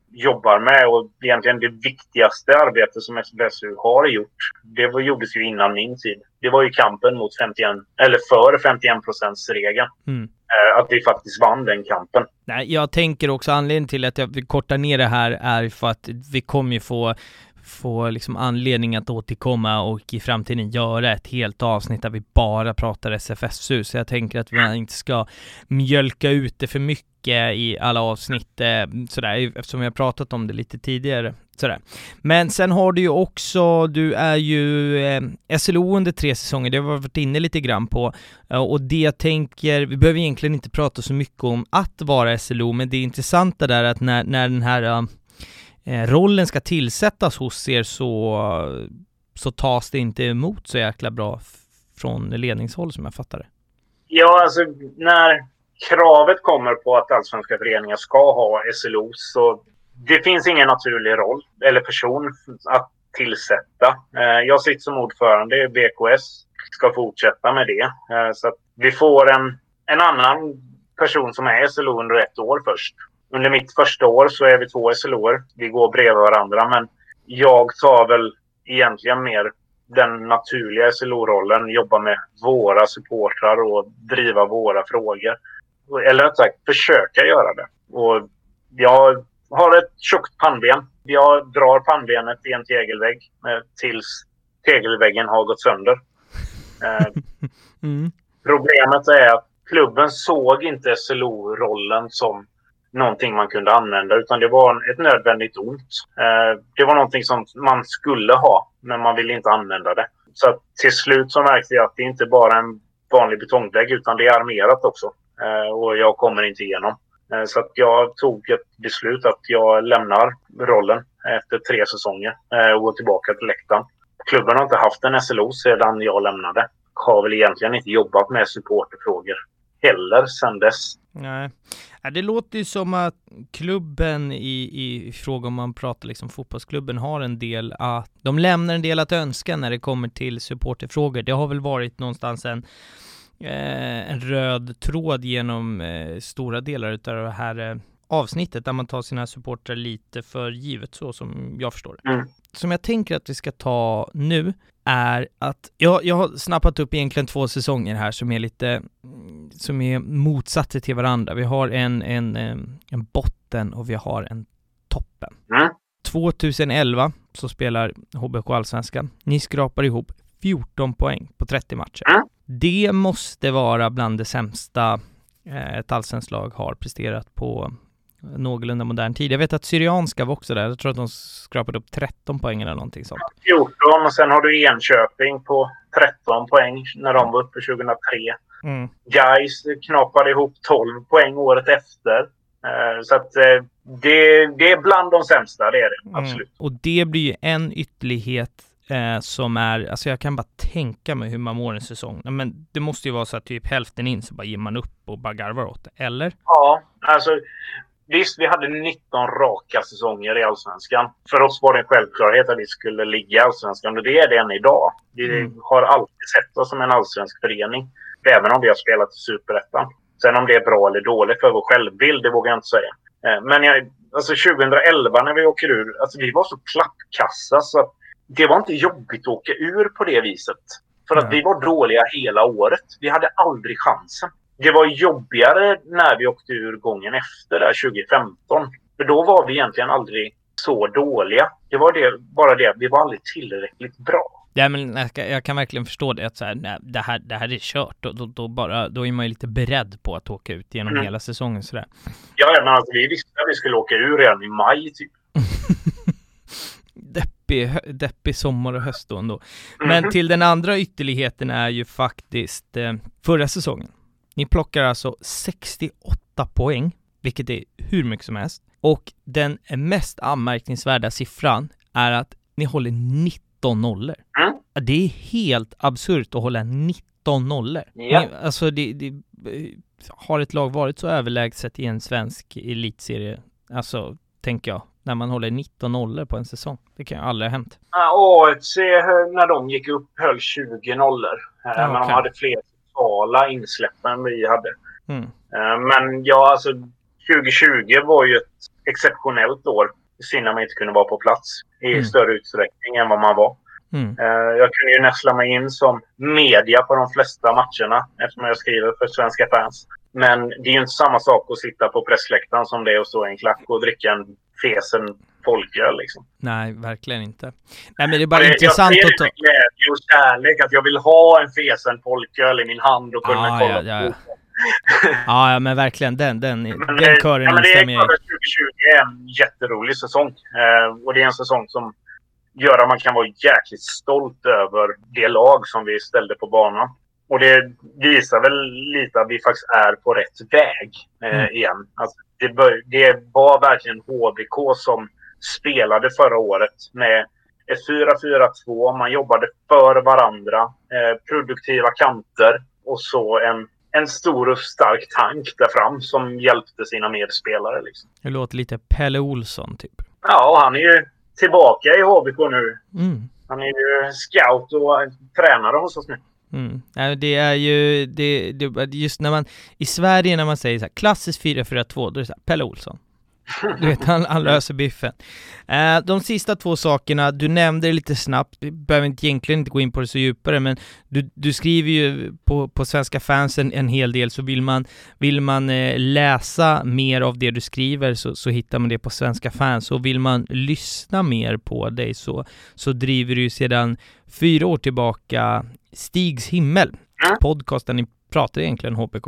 jobbar med, och egentligen det viktigaste arbetet som SFSU har gjort, gjordes ju innan min tid. Det var ju kampen mot för 51%-regeln. Att vi faktiskt vann den kampen. Nej, jag tänker också anledningen till att jag vill korta ner det här är för att vi kommer ju få liksom anledning att återkomma och i framtiden göra ett helt avsnitt där vi bara pratar SFSU. Så jag tänker att vi inte ska mjölka ut det för mycket i alla avsnitt sådär, eftersom vi har pratat om det lite tidigare. Sådär. Men sen har du ju också, du är ju SLO under 3 säsonger, det har vi varit inne lite grann på, och det jag tänker, vi behöver egentligen inte prata så mycket om att vara SLO, men det intressanta där är att när den här rollen ska tillsättas hos er så tas det inte emot så jäkla bra från ledningshåll som jag fattar det. Ja, alltså när kravet kommer på att allsvenska föreningar ska ha SLO, så det finns ingen naturlig roll eller person att tillsätta. Jag sitter som ordförande i BKS, ska fortsätta med det. Så att vi får en annan person som är SLO under 1 år först. Under mitt första år så är vi 2 SLO:er. Vi går bredvid varandra, men jag tar väl egentligen mer den naturliga SLO-rollen, jobba med våra supportrar och driva våra frågor. Eller rätt sagt, försöka göra det. Och jag har ett tjockt pannben. Jag drar pannbenet i en tegelvägg tills tegelväggen har gått sönder. Problemet är att klubben såg inte SLO-rollen som någonting man kunde använda, utan det var ett nödvändigt ont. Det var någonting som man skulle ha, men man ville inte använda det. Så att till slut så märkte jag att det inte bara är en vanlig betongvägg, utan det är armerat också. Och jag kommer inte igenom. Så att jag tog ett beslut att jag lämnar rollen efter 3 säsonger och går tillbaka till läktaren. Klubben har inte haft en SLO sedan jag lämnade. Har väl egentligen inte jobbat med supporterfrågor heller sedan dess. Nej, det låter ju som att klubben i fråga om man pratar liksom fotbollsklubben har en del att de lämnar en del att önska när det kommer till supporterfrågor. Det har väl varit någonstans en röd tråd genom stora delar av det här avsnittet där man tar sina supportrar lite för givet, så som jag förstår det. Som jag tänker att vi ska ta nu är att jag har snappat upp egentligen 2 säsonger här som är motsatser till varandra. Vi har en botten och vi har en toppen. 2011 så spelar HBK Allsvenskan. Ni skrapar ihop 14 poäng på 30 matcher. Det måste vara bland det sämsta ett allsvenskt lag har presterat på någorlunda modern tid. Jag vet att Syrianska var också där. Jag tror att de skrapade upp 13 poäng eller någonting sånt. 14, och sen har du Enköping på 13 poäng när de var uppe 2003. Gais knapade ihop 12 poäng året efter. Så att det är bland de sämsta, det är det. Absolut. Och det blir ju en ytterlighet som är, alltså jag kan bara tänka mig hur man mår en säsong. Men det måste ju vara så att typ hälften in så bara ger man upp och bara garvar åt det, eller? Ja, alltså visst, vi hade 19 raka säsonger i Allsvenskan. För oss var det en självklarhet att vi skulle ligga i Allsvenskan, och det är det än idag. Vi har alltid sett oss som en allsvensk förening, även om vi har spelat i Superettan. Sen om det är bra eller dåligt för vår självbild, det vågar jag inte säga. Men alltså 2011 när vi åker ur, alltså vi var så klappkassa så att det var inte jobbigt att åka ur på det viset. För att vi var dåliga hela året. Vi hade aldrig chansen. Det var jobbigare när vi åkte ur gången efter där 2015. För då var vi egentligen aldrig så dåliga. Det var bara det, vi var aldrig tillräckligt bra. Ja, men jag kan verkligen förstå det. Att så här, nej, det här är kört. Då är man ju lite beredd på att åka ut genom hela säsongen. Sådär. Ja, men alltså, vi visste att vi skulle åka ur redan i maj typ. Deppig sommar och höst då ändå. Men till den andra ytterligheten är ju faktiskt förra säsongen. Ni plockar alltså 68 poäng, vilket är hur mycket som helst. Och den mest anmärkningsvärda siffran är att ni håller 19 nollor. Det är helt absurt att hålla 19 nollor. Ja. Alltså det har ett lag varit så överlägset i en svensk elitserie, alltså tänker jag, när man håller 19 nollor på en säsong. Det kan ju aldrig ha hänt. AFC när de gick upp höll 20 nollor. Men de hade fler totala insläpp än vi hade. Men ja, alltså 2020 var ju ett exceptionellt år. Synd att man inte kunde vara på plats i större utsträckning än vad man var. Jag kunde ju näsla mig in som media på de flesta matcherna eftersom jag skriver för svenska fans. Men det är ju inte samma sak att sitta på pressläktaren som det är att stå i en klack och dricka en fesen folköl liksom. Nej, verkligen inte. Nej, men det är bara intressant att ta... glädje och kärlek att jag vill ha en fesen folköl i min hand och kunna kolla på. Ja, men verkligen den kören instämmer jag. Det är klart att 2020 är en jätterolig säsong. Och det är en säsong som gör att man kan vara jäkligt stolt över det lag som vi ställde på banan. Och det visar väl lite att vi faktiskt är på rätt väg igen. Alltså, det var verkligen HBK som spelade förra året med ett 4-4-2. Man jobbade för varandra. Produktiva kanter. Och så en stor och stark tank där fram som hjälpte sina medspelare. Liksom. Det låter lite Pelle Olsson typ. Ja, han är ju tillbaka i HBK nu. Han är ju scout och tränare hos oss nu. Det är ju just när man i Sverige när man säger så här klassiskt 4-4-2 då är det så här, Pelle Olsson. Du vet, han löser biffen. De sista två sakerna, du nämnde det lite snabbt, vi behöver egentligen inte gå in på det så djupare, men du skriver ju på Svenska fans en hel del, så vill man läsa mer av det du skriver så hittar man det på Svenska fans, och vill man lyssna mer på dig så driver du ju sedan 4 år tillbaka Stigs himmel, podcasten ni pratar egentligen HBK.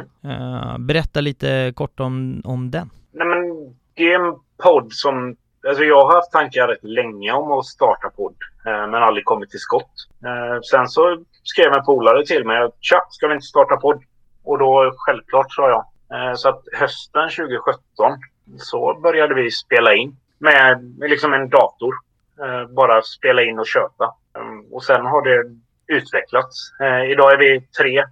Berätta lite kort om den. Nej, men det är en podd som... Alltså jag har haft tankar rätt länge om att starta podd. Men aldrig kommit till skott. Sen så skrev en polare till mig att tja, ska vi inte starta podd? Och då självklart sa jag. Så att hösten 2017 så började vi spela in. Med liksom en dator. Bara spela in och köta. Och sen har det utvecklats. Idag är vi 3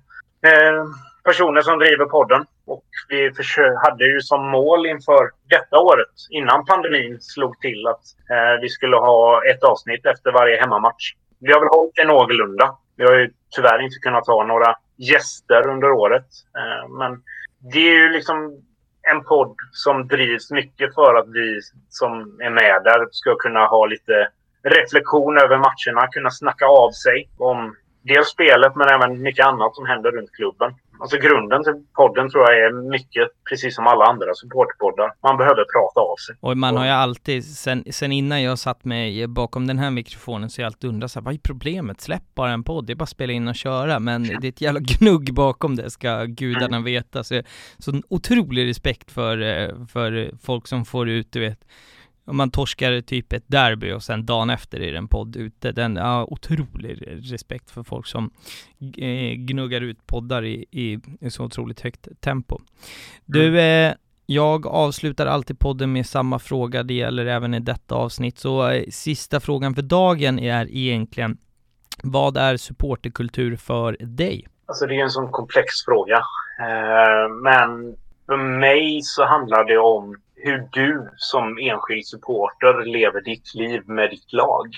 personer som driver podden. Och vi hade ju som mål inför detta året, innan pandemin slog till, att vi skulle ha ett avsnitt efter varje hemmamatch. Vi har väl hållit det någorlunda. Vi har ju tyvärr inte kunnat ha några gäster under året. Men det är ju liksom en podd som drivs mycket för att vi som är med där ska kunna ha lite reflektion över matcherna, kunna snacka av sig om dels spelet men även mycket annat som händer runt klubben. Alltså grunden till podden tror jag är mycket precis som alla andra supportpoddar. Man behöver prata av sig. Och man har ju alltid, sen innan jag satt mig bakom den här mikrofonen så jag alltid undrat så här, vad är problemet? Släpp bara en podd, det är bara att spela in och köra. Men det är ett jävla gnugg bakom det, ska gudarna veta. Så en otrolig respekt för folk som får ut, du vet. Om man torskar typ ett derby och sen dagen efter är det en podd ute. Otrolig respekt för folk som gnuggar ut poddar i så otroligt högt tempo. Du, jag avslutar alltid podden med samma fråga. Det gäller även i detta avsnitt. Så sista frågan för dagen är egentligen, vad är supporterkultur för dig? Alltså det är en sån komplex fråga. Men för mig så handlar det om hur du som enskild supporter lever ditt liv med ditt lag.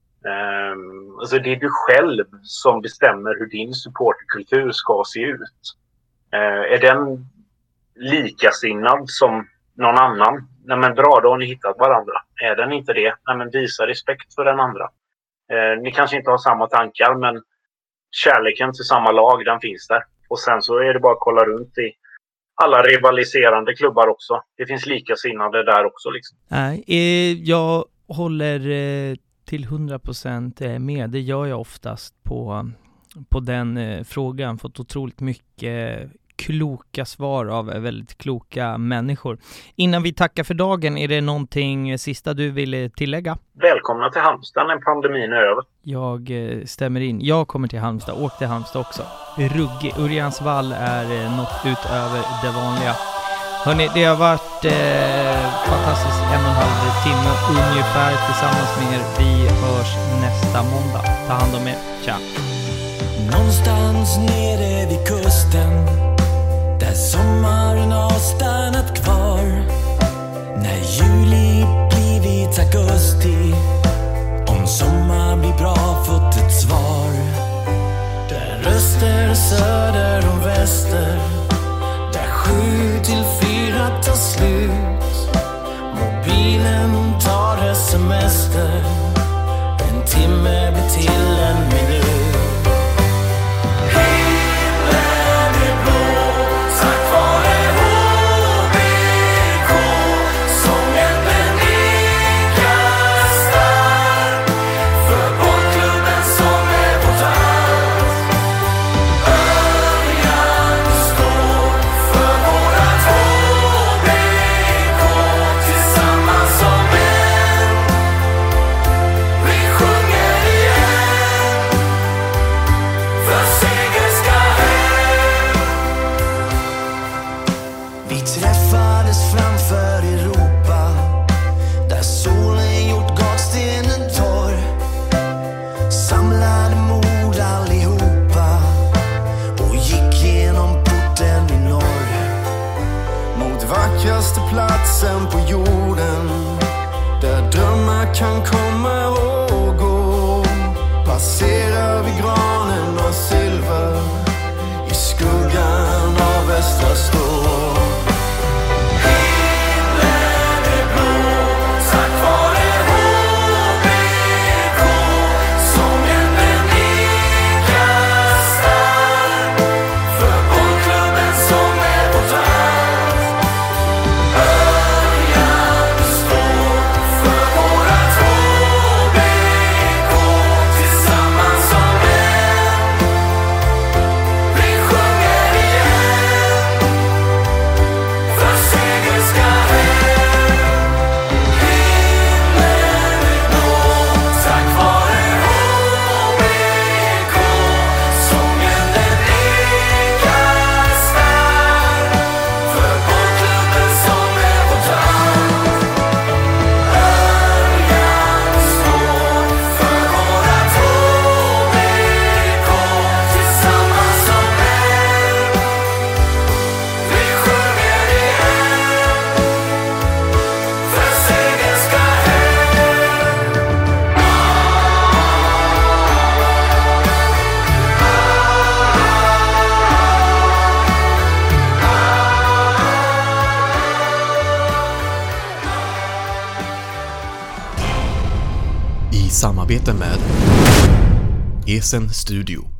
Alltså det är du själv som bestämmer hur din supporterkultur ska se ut. Är den likasinnad som någon annan? Nej men bra, då har ni hittat varandra. Är den inte det? Nej men visa respekt för den andra. Ni kanske inte har samma tankar, men kärleken till samma lag, den finns där. Och sen så är det bara att kolla runt i alla rivaliserande klubbar också. Det finns likasinnade där också liksom. Nej, jag håller till 100% med. Det gör jag oftast på den frågan. Fått otroligt mycket kloka svar av väldigt kloka människor. Innan vi tackar för dagen, är det någonting sista du vill tillägga? Välkomna till Halmstad när pandemin är över. Jag stämmer in. Jag kommer till Halmstad. Åk till Halmstad också. Ruggig. Örjansvall är något utöver det vanliga. Hörrni, det har varit fantastiskt 1,5 timme ungefär tillsammans med er. Vi hörs nästa måndag. Ta hand om er. Tja! Någonstans nere vid kusten, där sommaren har stannat kvar, när juli blivit augusti, om sommar blir bra, fått ett svar. Där öster, söder och väster, där 7 till 4 tar finaste platsen på jorden, där drömmar kan komma och gå. Passerar vi granen och silver i skuggan av västra stå. Samarbete med Esen Studio.